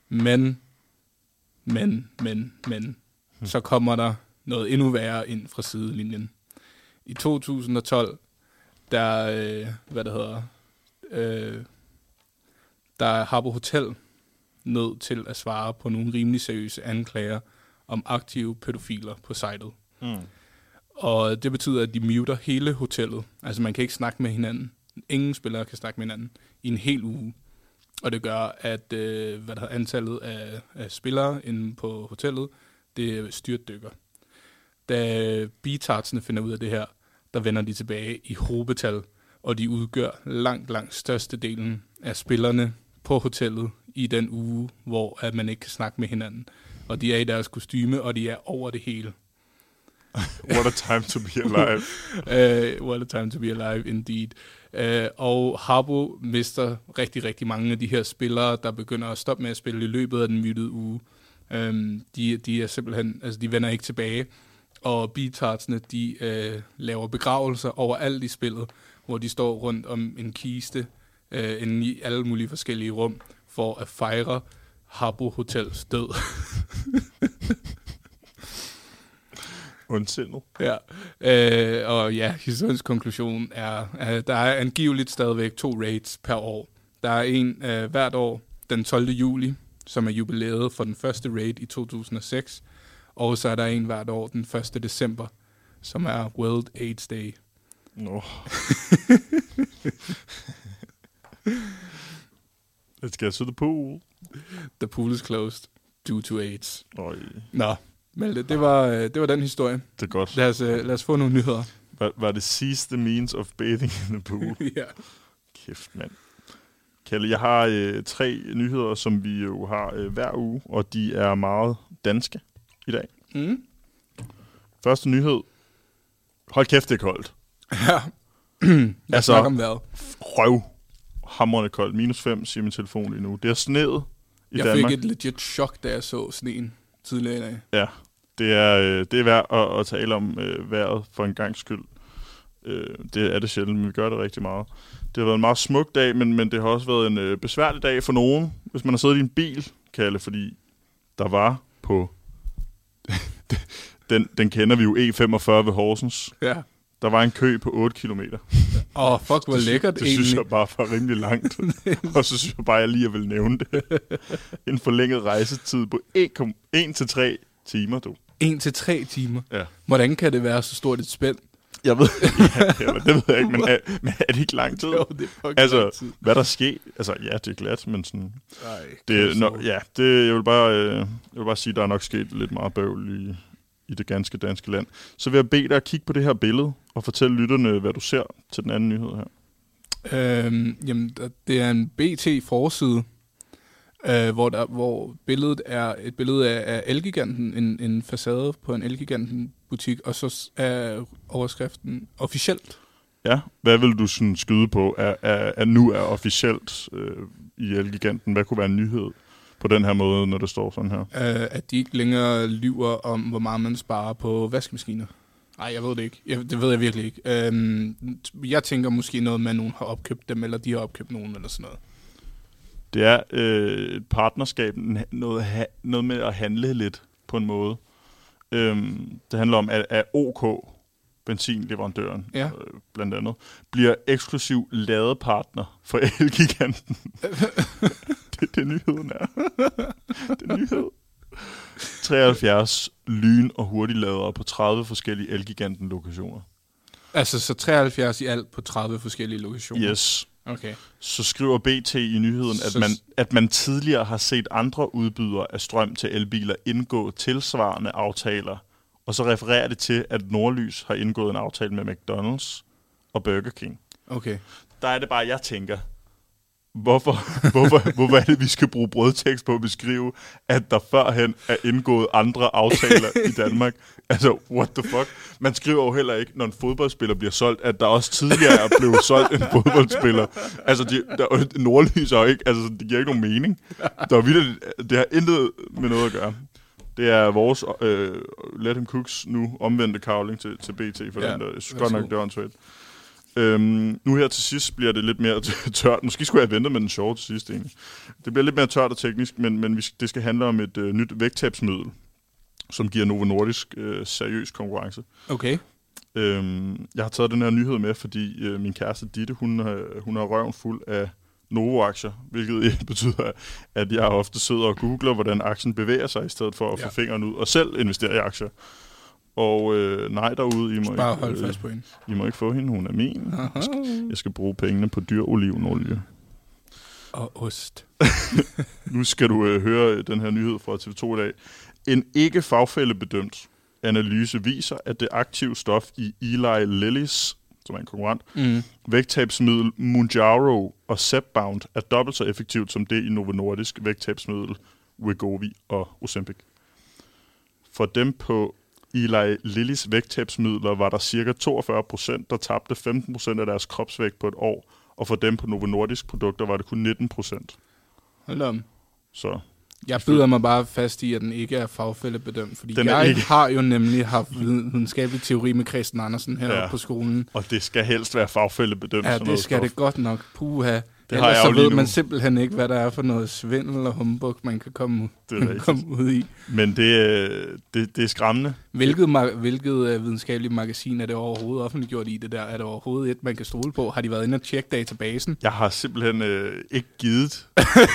Men, men, men, men, hmm. så kommer der noget endnu værre ind fra sidelinjen. I to tusind og tolv, der, øh, hvad det hedder, øh, der er Habbo Hotel nødt til at svare på nogle rimelig seriøse anklager om aktive pædofiler på sitet. Mm. Og det betyder, at de muter hele hotellet. Altså man kan ikke snakke med hinanden. Ingen spillere kan snakke med hinanden i en hel uge. Og det gør, at øh, hvad der er antallet af, af spillere inde på hotellet, det styrtdykker. Da beatartsene finder ud af det her, der vender de tilbage i hobetal, og de udgør langt, langt størstedelen af spillerne på hotellet i den uge, hvor at man ikke kan snakke med hinanden. Og de er i deres kostyme, og de er over det hele. What a time to be alive. uh, what a time to be alive, indeed. Uh, og Habbo mister rigtig, rigtig mange af de her spillere, der begynder at stoppe med at spille i løbet af den mytede uge. Um, de, de er simpelthen, altså de vender ikke tilbage. Og beatartsene, de uh, laver begravelser overalt i spillet, hvor de står rundt om en kiste, uh, inde i alle mulige forskellige rum, for at fejre Habbo Hotels død. Ondsindet. Ja, øh, og ja, historiens konklusion er, at der er angiveligt stadigvæk to raids per år. Der er en øh, hvert år den tolvte juli, som er jubilæet for den første raid i to tusind og seks, og så er der en hvert år den første december, som er World AIDS Day. Nå. Let's get to the pool. The pool is closed due to AIDS. Øj. Nå. Malte, det var, det var den historie. Det er godt. Lad os, lad os få nogle nyheder. Var, var det cease the means of bathing in the pool? Ja. Kæft, mand. Kalle, jeg har øh, tre nyheder, som vi jo har øh, hver uge, og de er meget danske i dag. Mm. Første nyhed. Hold kæft, det er koldt. Ja. Jeg altså, snakker om vejret. Røv. Hamrende koldt. minus fem, siger min telefon lige nu. Det er sneet i jeg Danmark. Jeg fik et legit chok, da jeg så sneen tidligere i dag. Ja, det er, øh, det er værd at, at tale om øh, vejret for en gangs skyld. Øh, det er det sjældent, men vi gør det rigtig meget. Det har været en meget smuk dag, men, men det har også været en øh, besværlig dag for nogen, hvis man har siddet i en bil, Kalle, fordi der var på... den, den kender vi jo E femogfyrre ved Horsens. Ja. Der var en kø på otte kilometer. Åh, oh, fuck, hvor lækkert det, det synes jeg bare var rimelig langt. Og så synes jeg bare, jeg lige vil nævne det. En forlænget rejsetid på en til tre timer, du. en til tre timer? Ja. Hvordan kan det være så stort et spænd? Jeg ved, ja, eller, det ved jeg ikke, men er, men er det ikke lang tid? Jo, det er fucking altså, lang tid. hvad der sker? Altså, ja, det er glat, men sådan... Ej, det, no, ja, det, jeg, vil bare, øh, jeg vil bare sige, at der er nok sket lidt meget bøvl i, i det ganske danske land. Så vil jeg bede dig at kigge på det her billede, og fortælle lytterne, hvad du ser til den anden nyhed her. Øhm, jamen, det er en B T-forside, øh, hvor, der, hvor billedet er et billede af, af Elgiganten, en, en facade på en Elgiganten-butik, og så er overskriften officielt. Ja, hvad vil du sådan skyde på, at, at, at nu er officielt øh, i Elgiganten? Hvad kunne være en nyhed på den her måde, når det står sådan her? Øh, at de ikke længere lyver om, hvor meget man sparer på vaskemaskiner. Nej, jeg ved det ikke. Jeg, det ved jeg virkelig ikke. Øhm, jeg tænker måske noget med, at nogen har opkøbt dem, eller de har opkøbt nogen, eller sådan noget. Det er øh, et partnerskab, noget, ha- noget med at handle lidt på en måde. Øhm, det handler om, at, at O K, benzinleverandøren, ja. øh, blandt andet, bliver eksklusiv ladepartner for Elgiganten. det, det nyheden er. det er nyhed. treoghalvfjerds lyn- og hurtigladere på tredive forskellige Elgiganten-lokationer. Altså så treoghalvfjerds i alt på tredive forskellige lokationer? Yes. Okay. Så skriver B T i nyheden, at man, at man tidligere har set andre udbydere af strøm til elbiler indgå tilsvarende aftaler, og så refererer det til, at Nordlys har indgået en aftale med McDonald's og Burger King. Okay. Der er det bare, jeg tænker, hvorfor, hvorfor, hvorfor er det, vi skal bruge brødtekst på at beskrive, at der førhen er indgået andre aftaler i Danmark? Altså, what the fuck? Man skriver jo heller ikke, når en fodboldspiller bliver solgt, at der også tidligere er blevet solgt en fodboldspiller. Altså, de, der, Nordlys er jo ikke, altså, det giver ikke nogen mening. Der er vildt, det har intet med noget at gøre. Det er vores øh, Let Him Cooks nu omvendte kavling til, til B T, for ja, den der er godt nok døren svært. Øhm, nu her til sidst bliver det lidt mere tørt. Måske skulle jeg have ventet med den sjove til sidst, egentlig. Det bliver lidt mere tørt og teknisk, men, men vi, det skal handle om et øh, nyt vægttabsmiddel, som giver Novo Nordisk øh, seriøs konkurrence. Okay. Øhm, jeg har taget den her nyhed med, fordi øh, min kæreste Ditte, hun, øh, hun har røven fuld af Novo-aktier, hvilket betyder, at jeg ofte sidder og googler, hvordan aktien bevæger sig, i stedet for at ja. få fingeren ud og selv investere i aktier. Og øh, nej derude, I må, bare ikke, holde øh, fast på hende. I må ikke få hende, hun er min. Jeg skal, jeg skal bruge pengene på dyr olivenolie. Og ost. Nu skal du øh, høre den her nyhed fra T V to i dag. En ikke fagfællebedømt analyse viser, at det aktive stof i Eli Lillys, som er en konkurrent, mm. vægttabsmiddel Mounjaro og Zepbound er dobbelt så effektivt som det i Novo Nordisk vægttabsmiddel Wegovy og Ozempic. For dem på Eli Lillys vægttabsmidler var der cirka toogfyrre procent, der tabte femten procent af deres kropsvægt på et år, og for dem på Novo Nordisk produkter var det kun nitten procent. Hold om. Så jeg byder mig bare fast i, at den ikke er fagfællebedømt, fordi den jeg ikke. har jo nemlig haft videnskabelig teori med Christian Andersen heroppe ja. på skolen. Og det skal helst være fagfællebedømt. Ja, det skal stof. det godt nok. Puha. Det har jeg så jo ved nu. man simpelthen ikke, hvad der er for noget svindel og humbug, man kan komme, man kan komme ud i. Men det, det, det er skræmmende. Hvilket, ma- hvilket uh, videnskabeligt magasin er det overhovedet offentliggjort i det der? Er det overhovedet et, man kan stole på? Har de været inde og tjekke databasen? Jeg har simpelthen øh, ikke givet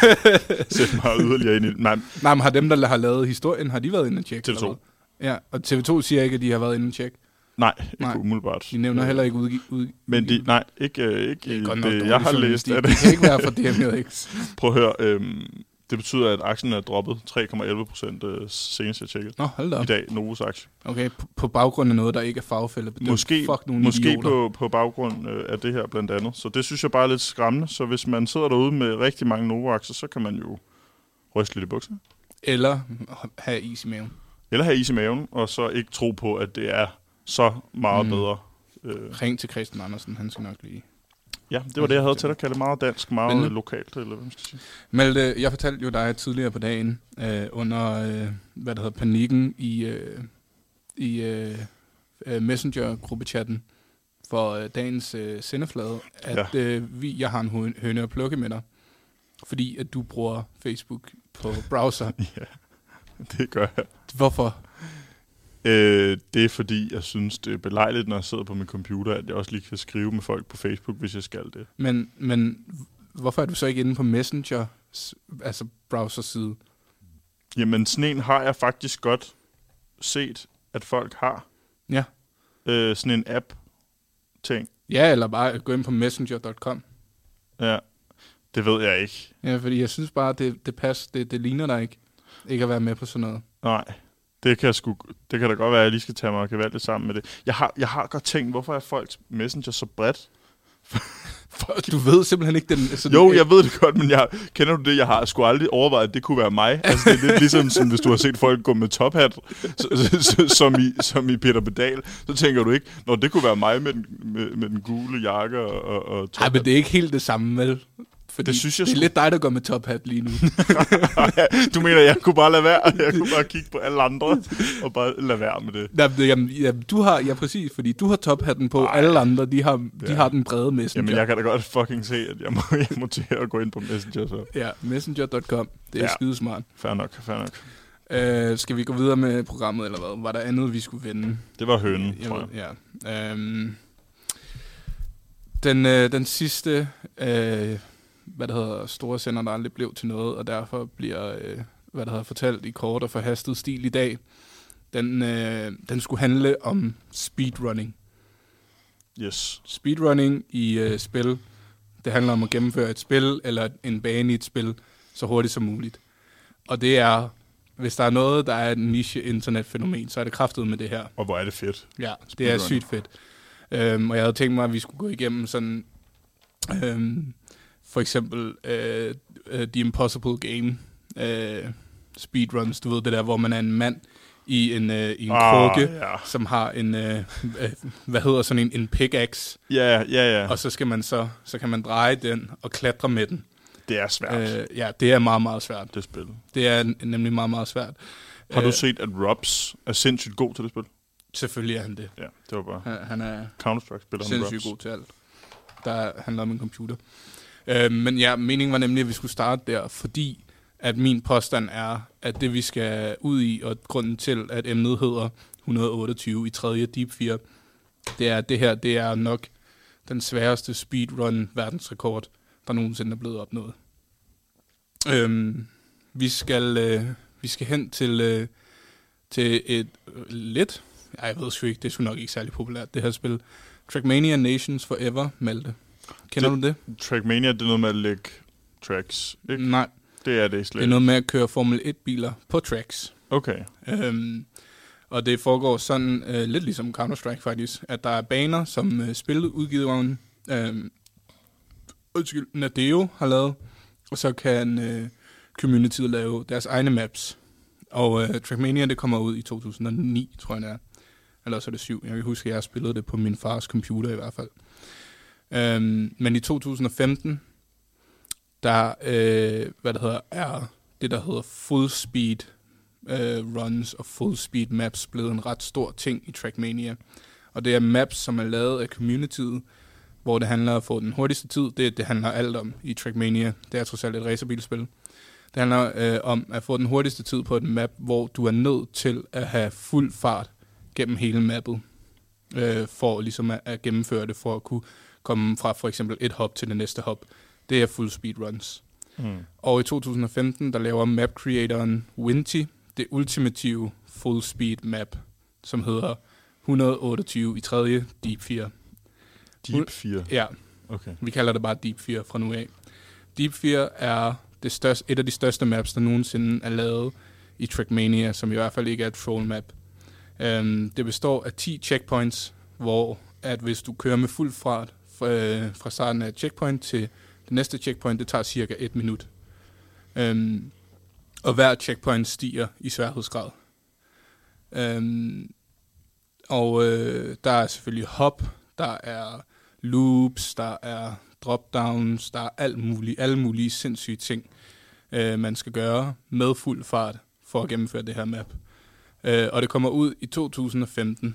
sætte mig yderligere ind i Nej. Nej, men har dem, der har lavet historien, har de været inde og tjekke? T V to. Ja, og T V to siger ikke, at de har været inde og tjekke. Nej, ikke nej. umiddelbart. De nævner heller ikke udgivet. Ud, Men de, nej, ikke, ikke det, er det, det jeg har læst af det. Det kan ikke være for D M X. Prøv at høre, øhm, det betyder, at aktien er droppet tre komma elleve procent øh, senest jeg tjekkede. Nå, hold da op. I dag, Novos aktie. Okay, på, på baggrund af noget, der ikke er fagfællebedømt. Måske, Fuck nogle måske på, på baggrund øh, af det her blandt andet. Så det synes jeg bare er lidt skræmmende. Så hvis man sidder derude med rigtig mange Novo-aktier, så kan man jo ryste lidt i bukserne. Eller have is i maven. Eller have is i maven, og så ikke tro på, at det er så meget mm. bedre. Øh. Ring til Christian Andersen, han skal nok lige... Ja, det var det, jeg havde til dig. Kalde meget dansk, meget Vende. lokalt, eller hvad man skal sige. Malte, jeg fortalte jo dig tidligere på dagen, øh, under, øh, hvad der hedder, panikken i, øh, i øh, Messenger-gruppechatten for øh, dagens øh, sendeflade, at ja. øh, vi, jeg har en høne at plukke med dig, fordi at du bruger Facebook på browser. Ja, det gør jeg. Hvorfor? Øh, det er fordi, jeg synes, det er belejligt, når jeg sidder på min computer, at jeg også lige kan skrive med folk på Facebook, hvis jeg skal det. Men, men hvorfor er du så ikke inde på Messenger, altså browser-side? Jamen, sådan en har jeg faktisk godt set, at folk har. Ja. Øh, sådan en app-ting. Ja, eller bare gå ind på messenger punktum com. Ja, det ved jeg ikke. Ja, fordi jeg synes bare, det, det passer, det, det ligner dig ikke, ikke at være med på sådan noget. Nej. Det kan, sgu, det kan da godt være, at jeg lige skal tage mig og gevaldigt sammen med det. Jeg har, jeg har godt tænkt, hvorfor er folks Messenger så bredt? Du ved simpelthen ikke den... Sådan jo, jeg ved det godt, men jeg, kender du det? Jeg har sgu aldrig overvejet, at det kunne være mig. Altså, det er lidt ligesom, sådan, hvis du har set folk gå med tophat, som, i, som i Peter Pedal, så tænker du ikke, når det kunne være mig med den, med, med den gule jakke og, og tophat. Nej, men det er ikke helt det samme, vel? Fordi det synes jeg det er lidt dig, der går med tophat lige nu. Du mener, jeg kunne bare lade være? Jeg kunne bare kigge på alle andre og bare lade være med det. Jamen, jamen, jamen du har, ja præcis, fordi du har tophatten på, Ej. alle andre, de har, de ja. har den brede Messenger. Jamen, jeg kan da godt fucking se, at jeg må, jeg må til at gå ind på Messenger så. Ja, messenger punktum com, det er ja. skidesmart. Fair nok, fair nok. Uh, skal vi gå videre med programmet, eller hvad? Var der andet, vi skulle vende? Det var hønen, jeg tror jeg. Ja. Um, den, øh, den sidste... Øh, hvad der hedder, store sender, der aldrig blev til noget, og derfor bliver, øh, hvad der hedder, fortalt i kort og forhastet stil i dag, den, øh, den skulle handle om speedrunning. Yes. Speedrunning i øh, spil, det handler om at gennemføre et spil, eller en bane i et spil, så hurtigt som muligt. Og det er, hvis der er noget, der er et niche-internetfænomen, så er det kraftet med det her. Og hvor er det fedt. Ja, det er sygt fedt. Øhm, og jeg havde tænkt mig, at vi skulle gå igennem sådan... Øhm, For eksempel uh, uh, The Impossible Game uh, speedruns, du ved det der, hvor man er en mand i en, uh, i en oh, krukke, yeah. som har en, uh, uh, hvad hedder sådan en, en pickaxe. Ja, yeah, ja, yeah, ja. Yeah. Og så skal man så, så kan man dreje den og klatre med den. Det er svært. Uh, ja, det er meget, meget svært. Det spil. Det er nemlig meget, meget svært. Har du uh, set, at Robs er sindssygt god til det spil? Selvfølgelig er han det. Ja, det var bare... Han, han er Counter-Strike spiller sindssygt god til alt. der handler om en computer. Øh, men ja, meningen var nemlig, at vi skulle starte der, fordi at min påstand er, at det vi skal ud i, og grunden til, at emnet hedder et hundrede otteogtyve i tredje Deep fire, det er, at det her, det er nok den sværeste speedrun verdensrekord, der nogensinde er blevet opnået. Øhm, vi skal øh, vi skal hen til øh, til et øh, lidt, jeg ved sgu ikke, det er sgu nok ikke særlig populært, det her spil, Trackmania Nations Forever, Malte. Kender det, du det? Trackmania, det er noget med at lægge tracks, ikke? Nej. Det er det slet. Det er noget med at køre Formel et-biler på tracks. Okay. Øhm, og det foregår sådan, øh, lidt ligesom Counter-Strike faktisk, at der er baner, som øh, spiludgiveren øh, undskyld, Nadeo har lavet, og så kan øh, communityet lave deres egne maps. Og øh, Trackmania, det kommer ud i to tusind og ni, tror jeg det er. Eller så er det syv. Jeg kan huske, at jeg spillede det på min fars computer i hvert fald. Øhm, men i to tusind og femten, der øh, hvad det hedder, er det, der hedder full speed øh, runs og full speed maps blevet en ret stor ting i Trackmania. Og det er maps, som er lavet af communityet, hvor det handler om at få den hurtigste tid. Det, det handler alt om i Trackmania. Det er trods alt et racerbilspil. Det handler øh, om at få den hurtigste tid på et map, hvor du er nødt til at have fuld fart gennem hele mappet, øh, for ligesom at, at gennemføre det, for at kunne komme fra for eksempel et hop til det næste hop. Det er full speed runs. Mm. Og i to tusind og femten, der laver map-creatoren Winty det ultimative full speed map, som hedder et hundrede otteogtyve i tredje Deep fire. Deep fire? Ja. Okay. Vi kalder det bare Deep fire fra nu af. Deep fire er det største, et af de største maps, der nogensinde er lavet i Trackmania, som i hvert fald ikke er et troll map. Um, det består af ti checkpoints, hvor at hvis du kører med fuld fart fra, øh, fra starten af et checkpoint til det næste checkpoint, det tager cirka et minut. Um, og hver checkpoint stiger i sværhedsgrad. Um, og øh, der er selvfølgelig hop, der er loops, der er drop-downs, der er alt muligt, alle mulige sindssyge ting, øh, man skal gøre med fuld fart for at gennemføre det her map. Øh, og det kommer ud i to tusind og femten.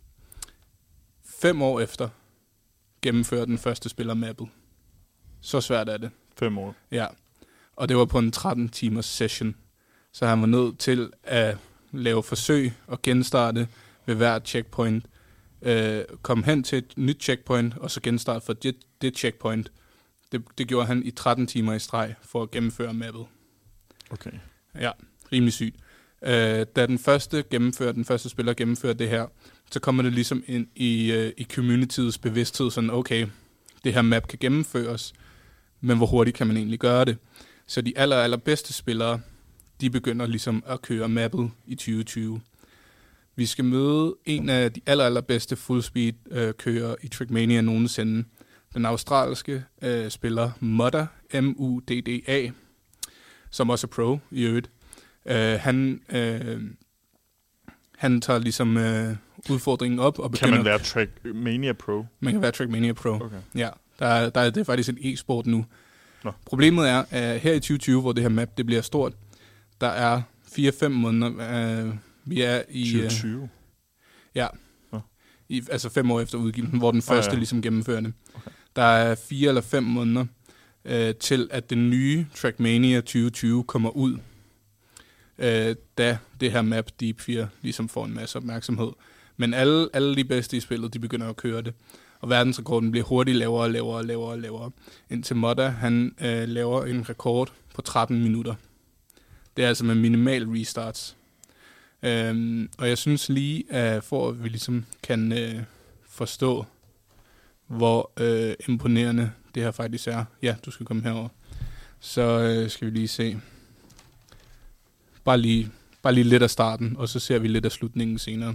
Fem år efter gennemfører den første spiller mappet. Så svært er det. Fem år? Ja. Og det var på en tretten timers session. Så han var nødt til at lave forsøg og genstarte ved hver checkpoint. Øh, komme hen til et nyt checkpoint, og så genstarte for det, det checkpoint. Det, det gjorde han i tretten timer i streg for at gennemføre mappet. Okay. Ja, rimelig sygt. Øh, da den første gennemfører, den første spiller gennemfører det her, så kommer det ligesom ind i, øh, i communityets bevidsthed, sådan okay, det her map kan gennemføres, men hvor hurtigt kan man egentlig gøre det? Så de aller, aller bedste spillere, de begynder ligesom at køre mappet i tyve tyve. Vi skal møde en af de aller, aller bedste full speed øh, kører i Trackmania nogensinde. Den australske øh, spiller Mudda, M U D D A, som også er pro i øvrigt. Øh, han, øh, han tager ligesom øh, udfordringen op og begynder... Kan man være Trackmania Pro? Man kan være Trackmania Pro, okay. Ja. Der er, der er, det er faktisk en e-sport nu. Nå. Problemet er, at her i tyve tyve, hvor det her map det bliver stort, der er fire fem måneder... Øh, vi er i... tyve tyve? Øh, ja. Nå. I, altså fem år efter udgivelsen, hvor den første oh, ja. ligesom gennemfører det. Okay. Der er fire eller fem måneder øh, til, at den nye Trackmania tyve tyve kommer ud. Øh, da det her map Deep fire ligesom får en masse opmærksomhed. Men alle, alle de bedste i spillet, de begynder at køre det. Og verdensrekorden bliver hurtigt lavere og lavere og lavere og lavere. Indtil Mudda, han øh, laver en rekord på tretten minutter. Det er altså med minimal restarts. Øhm, og jeg synes lige, at for at vi ligesom kan øh, forstå, hvor øh, imponerende det her faktisk er. Ja, du skal komme herover. Så øh, skal vi lige se. Bare lige, bare lige lidt af starten, og så ser vi lidt af slutningen senere.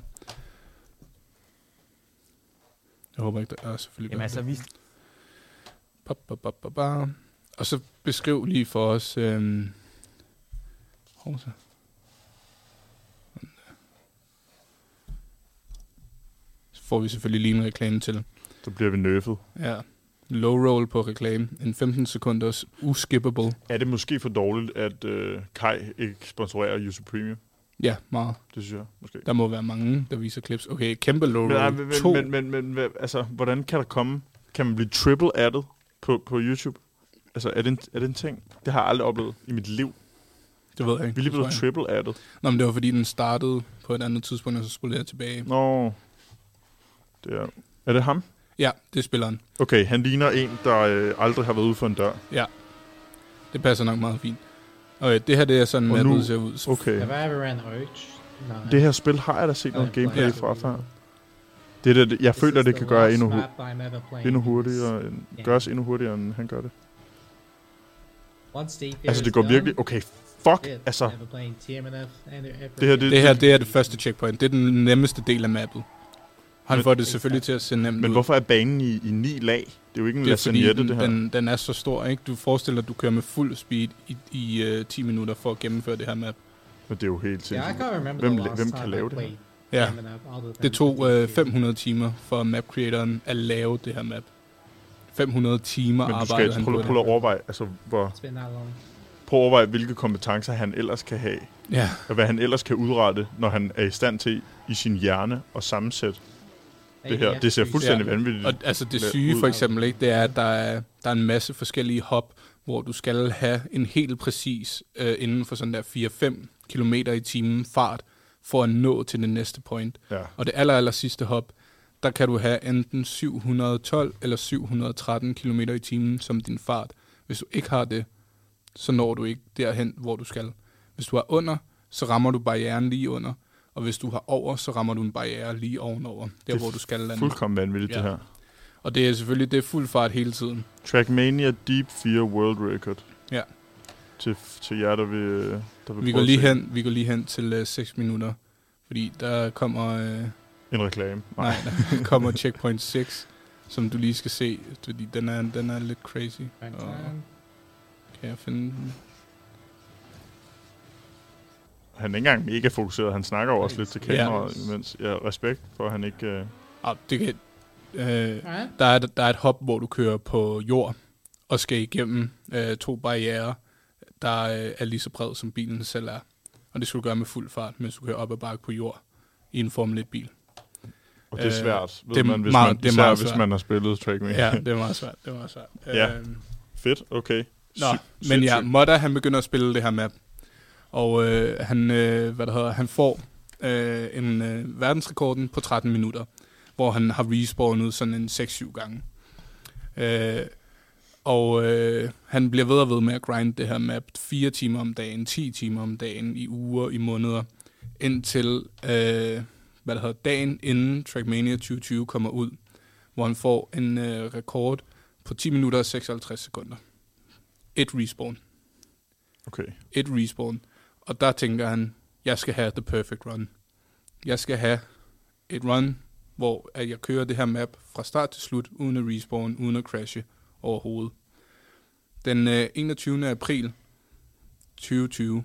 Jeg håber ikke, der er selvfølgelig... Jamen altså, vi... Ba, ba, ba, ba, ba. Og så beskriv lige for os... Øh, så. Så får vi selvfølgelig lige en reklame til. Så bliver vi nerfed. Ja. Low roll på reklame. En femten sekunders uskippable. Er det måske for dårligt, at øh, Kai ikke sponsorerer User Premium? Ja, meget. Det synes jeg, måske. Der må være mange, der viser clips. Okay, kæmpe low men, roll. Men, to. men, men, men, men altså, hvordan kan der komme kan man blive triple addet på, på YouTube? Altså, er det, en, er det en ting? Det har jeg aldrig oplevet i mit liv. Det ved jeg ikke. Vi er lige blevet triple addet. Nå, men det var fordi, den startede på et andet tidspunkt, og så spolerede jeg tilbage. Nå. Det er... Er det ham? Ja, det er spilleren. Okay, han ligner en, der øh, aldrig har været ude for en dør. Ja. Det passer nok meget fint. Okay, det her det er sådan, mappet nu, ser ud. Okay. Have I ever ran Urge? No. Det her spil har jeg da set noget gameplay ja. fra før. Det er det, jeg føler, det kan gøre endnu, hu- endnu hurtigere, end, yeah. gøres endnu hurtigere, end han gør det. Altså, det går virkelig... Okay, fuck, altså... Det her, det, det, her, det er det første checkpoint. Det er den nemmeste del af mappet. Han men, får det selvfølgelig til at se nemt Men ud. hvorfor er banen i, i ni lag? Det er jo ikke en lasagnette, det her. Den, den er så stor, ikke? Du forestiller dig, at du kører med fuld speed i, i uh, ti minutter for at gennemføre det her map. Men det er jo helt sindssygt. Hvem, hvem kan lave det her? Ja, det tog uh, fem hundrede timer for map-creatoren at lave det her map. fem hundrede timer arbejdede han på det. Men du skal prøve at overveje, altså hvor... Prøv at overveje, hvilke kompetencer han ellers kan have. Ja. Og hvad han ellers kan udrette, når han er i stand til i sin hjerne at sammensætte det her. Det ser fuldstændig ja. vanvittigt ud. Og altså det syge for eksempel, ikke, det er, at der er, der er en masse forskellige hop, hvor du skal have en helt præcis øh, inden for sådan der fire til fem kilometer i timen fart, for at nå til det næste point. Ja. Og det aller, aller sidste hop, der kan du have enten syv hundrede og tolv eller syv hundrede og tretten kilometer i timen som din fart. Hvis du ikke har det, så når du ikke derhen, hvor du skal. Hvis du er under, så rammer du barrieren lige under. Og hvis du har over, så rammer du en barriere lige ovenover. Der, det hvor du skal lande. Det er fuldkommen vanvittigt, ja. det her. Og det er selvfølgelig det er fuld fart hele tiden. Trackmania Deep fire World Record. Ja. Til, til jer, der vil, der vil vi går lige hen, Vi går lige hen til uh, seks minutter. Fordi der kommer... Uh, en reklame. Nej, der kommer checkpoint seks, som du lige skal se. Fordi den er, den er lidt crazy. Og kan jeg finde den? Han er ikke engang mega fokuseret. Han snakker jo også lidt til kameraet, ja. Imens jeg har respekt for, at han ikke... Uh... Ah, det kan, øh, der, er, der er et hop, hvor du kører på jord og skal igennem øh, to barrierer, der øh, er lige så bred, som bilen selv er. Og det skal du gøre med fuld fart, mens du kører op ad bakke på jord i en Formel et-bil. Og det er svært, øh, ved det er man, hvis, meget, man, det er meget hvis man har spillet Trackmania. Ja, det er meget svært. Det er meget svært. Ja, øh, fedt, okay. Nå, Sy- men ja, Modder, han begynder at spille det her map. Og øh, han, øh, hvad der hedder, han får øh, en øh, verdensrekorden på tretten minutter, hvor han har respawnet sådan en seks syv gange. Øh, og øh, han bliver ved og ved med at grinde det her map fire timer om dagen, ti timer om dagen, i uger, i måneder, indtil øh, hvad der hedder, dagen inden Trackmania tyve tyve kommer ud, hvor han får en øh, rekord på ti minutter og seksoghalvtreds sekunder. Et respawn. Okay. Et respawn. Og der tænker han, jeg skal have the perfect run. Jeg skal have et run, hvor at jeg kører det her map fra start til slut, uden at respawn, uden at crashe overhovedet. Den øh, enogtyvende april tyve tyve,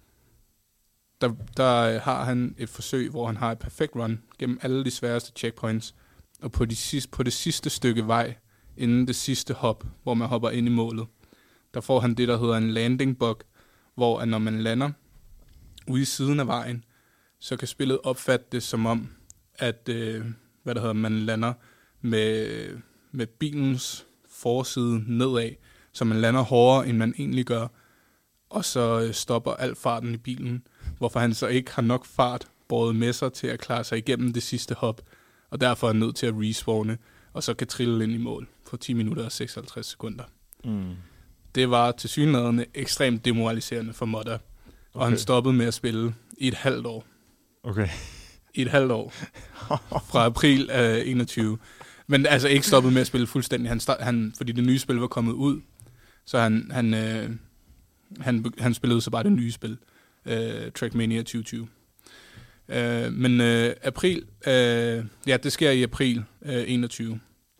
der, der øh, har han et forsøg, hvor han har et perfekt run gennem alle de sværeste checkpoints, og på, de sidste, på det sidste stykke vej, inden det sidste hop, hvor man hopper ind i målet, der får han det, der hedder en landing bug, hvor at når man lander ude i siden af vejen, så kan spillet opfatte det som om, at øh, hvad der hedder, man lander med, med bilens forside nedad, så man lander hårdere, end man egentlig gør, og så øh, stopper al farten i bilen, hvorfor han så ikke har nok fart båret med sig til at klare sig igennem det sidste hop, og derfor er nødt til at respawne, og så kan trille ind i mål på ti minutter og seksoghalvtreds sekunder. Mm. Det var tilsyneladende ekstremt demoraliserende for Modder, og okay. Han stoppede med at spille i et halvt år. Okay. I et halvt år. Fra april af enogtyve. Men altså ikke stoppet med at spille fuldstændig. Han start, han, fordi det nye spil var kommet ud, så han, han, øh, han, han spillede så bare det nye spil. Øh, Trackmania tyve tyve. Øh, men øh, april, øh, ja, det sker i april øh, enogtyve.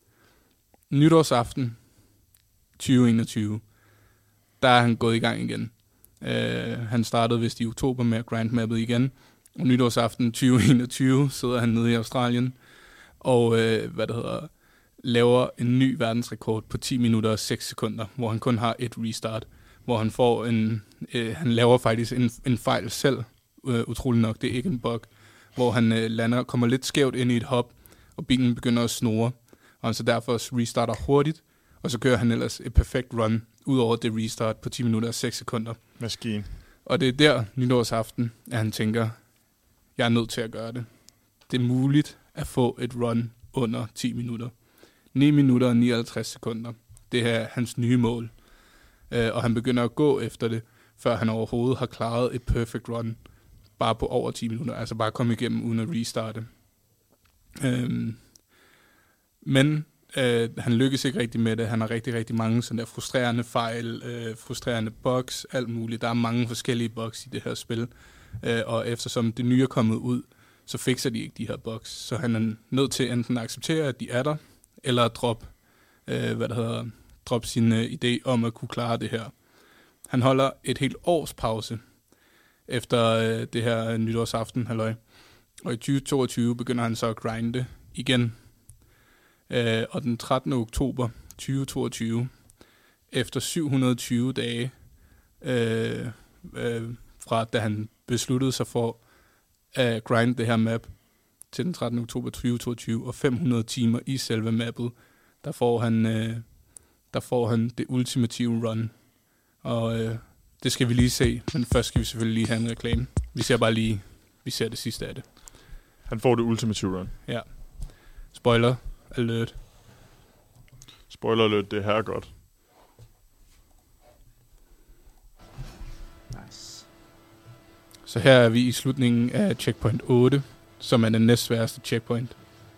Nytårsaften tyve enogtyve, der er han gået i gang igen. Uh, han startede vist i oktober med at grind mappet igen. Og nytårsaften tyve enogtyve sidder han nede i Australien og uh, hvad det hedder, laver en ny verdensrekord på ti minutter og seks sekunder, hvor han kun har et restart, hvor han får en, uh, han laver faktisk en, en fejl selv, uh, utrolig nok, det er ikke en bug, hvor han uh, lander, kommer lidt skævt ind i et hop, og bilen begynder at snurre. og han så derfor restarter hurtigt, og så kører han ellers et perfekt run, ud over det restart på ti minutter og seks sekunder. Maskine. Og det er der, nytårsaften, at han tænker, jeg er nødt til at gøre det. Det er muligt at få et run under ti minutter. ni minutter og nioghalvtreds sekunder. Det er hans nye mål. Uh, og han begynder at gå efter det, før han overhovedet har klaret et perfect run. Bare på over ti minutter. Altså bare komme igennem uden at restarte. Um, men uh, han lykkes ikke rigtig med det. Han har rigtig, rigtig mange sådan der frustrerende fejl, uh, frustrerende bugs, alt muligt. Der er mange forskellige bugs i det her spil. Uh, og eftersom det nye er kommet ud, så fikser de ikke de her bugs. Så han er nødt til enten at acceptere, at de er der, eller at droppe, uh, hvad der hedder, droppe sin uh, idé om at kunne klare det her. Han holder et helt års pause efter øh, det her nytårsaften, halløj. Og i tyve toogtyve begynder han så at grinde igen. Øh, og den trettende oktober tyve toogtyve, efter syv hundrede og tyve dage, øh, øh, fra da han besluttede sig for at grinde det her map, til den trettende oktober tyve toogtyve, og fem hundrede timer i selve mappet, der får han, øh, der får han det ultimative run. Og øh, det skal vi lige se, men først skal vi selvfølgelig lige have en reklame. Vi ser bare lige, vi ser det sidste af det. Han får det ultimative run. Ja. Spoiler alert. Spoiler alert, det er her godt. Nice. Så her er vi i slutningen af checkpoint otte, som er den næstsværeste checkpoint.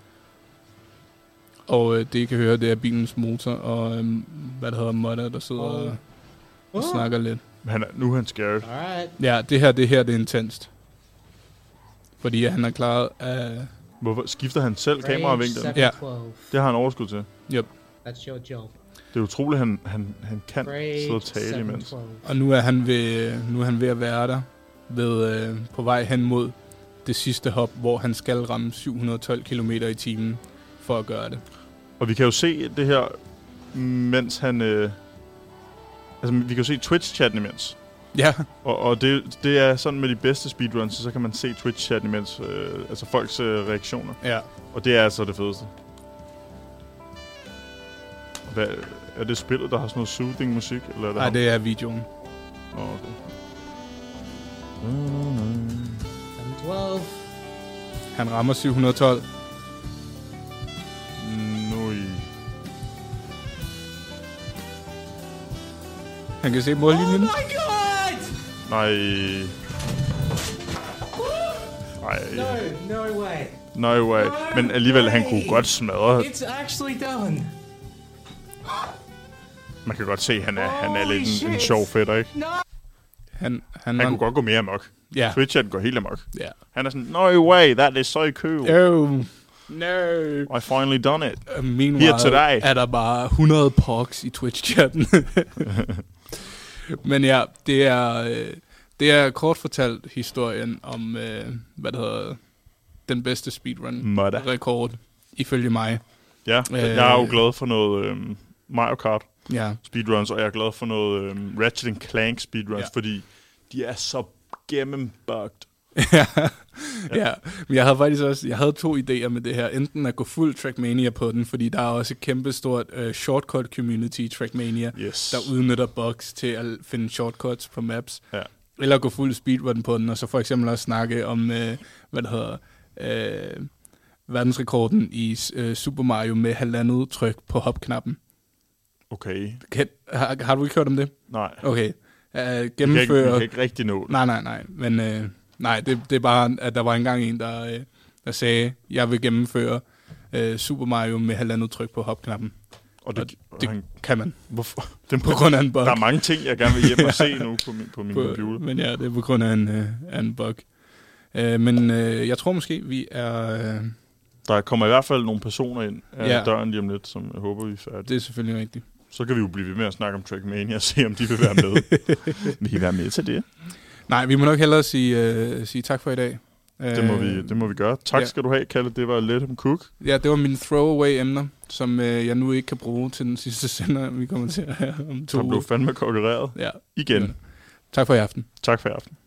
Og øh, det I kan høre, det er bilens motor og øh, hvad der hedder modder, der sidder oh. og, og oh. snakker lidt. Han er, nu er han scared. Alright. Ja, det her, det her, det er intenst. Fordi han har klaret af... Hvorfor skifter han selv kameravinklen? Ja. Det har han overskud til. Yep. That's your job. Det er utroligt, han, han, han kan sidde og tale imens. Og nu er han ved, nu er han ved at være der, ved, øh, på vej hen mod det sidste hop, hvor han skal ramme syv hundrede og tolv kilometer i timen for at gøre det. Og vi kan jo se det her, mens han... Øh, altså, vi kan jo se Twitch-chatten imens. Ja. Og, og det, det er sådan med de bedste speedruns, så kan man se Twitch-chatten imens. Øh, altså folks øh, reaktioner. Ja. Og det er altså det fedeste. Hvad, er det spillet, der har sådan noget soothing musik? Eller er det Nej, det er videoen. Åh, oh, okay. tolv. Han rammer syv hundrede og tolv. Nøj. Han kan se mållinjen. Oh my god! Nej. Nej. No, no way. No way. Men alligevel, han kunne godt smadre. It's actually done. Man kan godt se, at han er, han er lidt en, en sjov fætter, ikke? No. Han, han, han kunne godt gå mere amok. Ja. Twitch-chatten går helt amok. Ja. Han er sådan, no way, that is so cool. Oh, no. I finally done it. Uh, meanwhile Here today. Er der bare hundrede pogs i Twitch-chatten. Men ja, det er, øh, det er kort fortalt historien om, øh, hvad det hedder, den bedste speedrun-rekord, ifølge mig. Ja, øh, jeg er jo glad for noget øh, Mario Kart ja. speedruns, og jeg er glad for noget øh, Ratchet and Clank speedruns, ja. Fordi de er så gennembugged. ja, ja. Men jeg havde faktisk også, jeg havde to idéer med det her. Enten at gå fuld Trackmania på den, fordi der er også et kæmpestort uh, shortcut community i Trackmania, yes. der udnytter bugs til at finde shortcuts på maps. Ja. Eller gå fuld speedrun på den, og så for eksempel også snakke om, uh, hvad det hedder, uh, verdensrekorden i uh, Super Mario med halvandet tryk på hopknappen. Okay. Kan, har, har du ikke hørt om det? Nej. Okay. Uh, gennemføre... Vi kan, ikke, vi kan ikke rigtig nå det. Nej, nej, nej. Men uh, nej, det, det er bare, at der var engang en, der, uh, der sagde, jeg vil gennemføre uh, Super Mario med halvandet tryk på hopknappen. Og det, og det han, kan man. Hvorfor? Det er på grund af en bug. Der er mange ting, jeg gerne vil hjem og se nu på min, på min på, computer. Men ja, det er på grund af en, uh, en bug. Uh, men uh, jeg tror måske, vi er... Uh, der kommer i hvert fald nogle personer ind af ja. døren lige om lidt, som jeg håber, vi er færdige. Det er selvfølgelig rigtigt. Så kan vi jo blive ved med at snakke om Trackmania og se, om de vil være med. Vil I være med til det? Nej, vi må nok hellere sige, uh, sige tak for i dag. Det må, vi, det må vi gøre. Tak ja. skal du have, Kalle. Det var Let Him Cook. Ja, det var mine throwaway-emner, som uh, jeg nu ikke kan bruge til den sidste sender, vi kommer til at have om to uger. Der blev fandme konkurreret. Ja. Igen. Ja. Tak for i aften. Tak for i aften.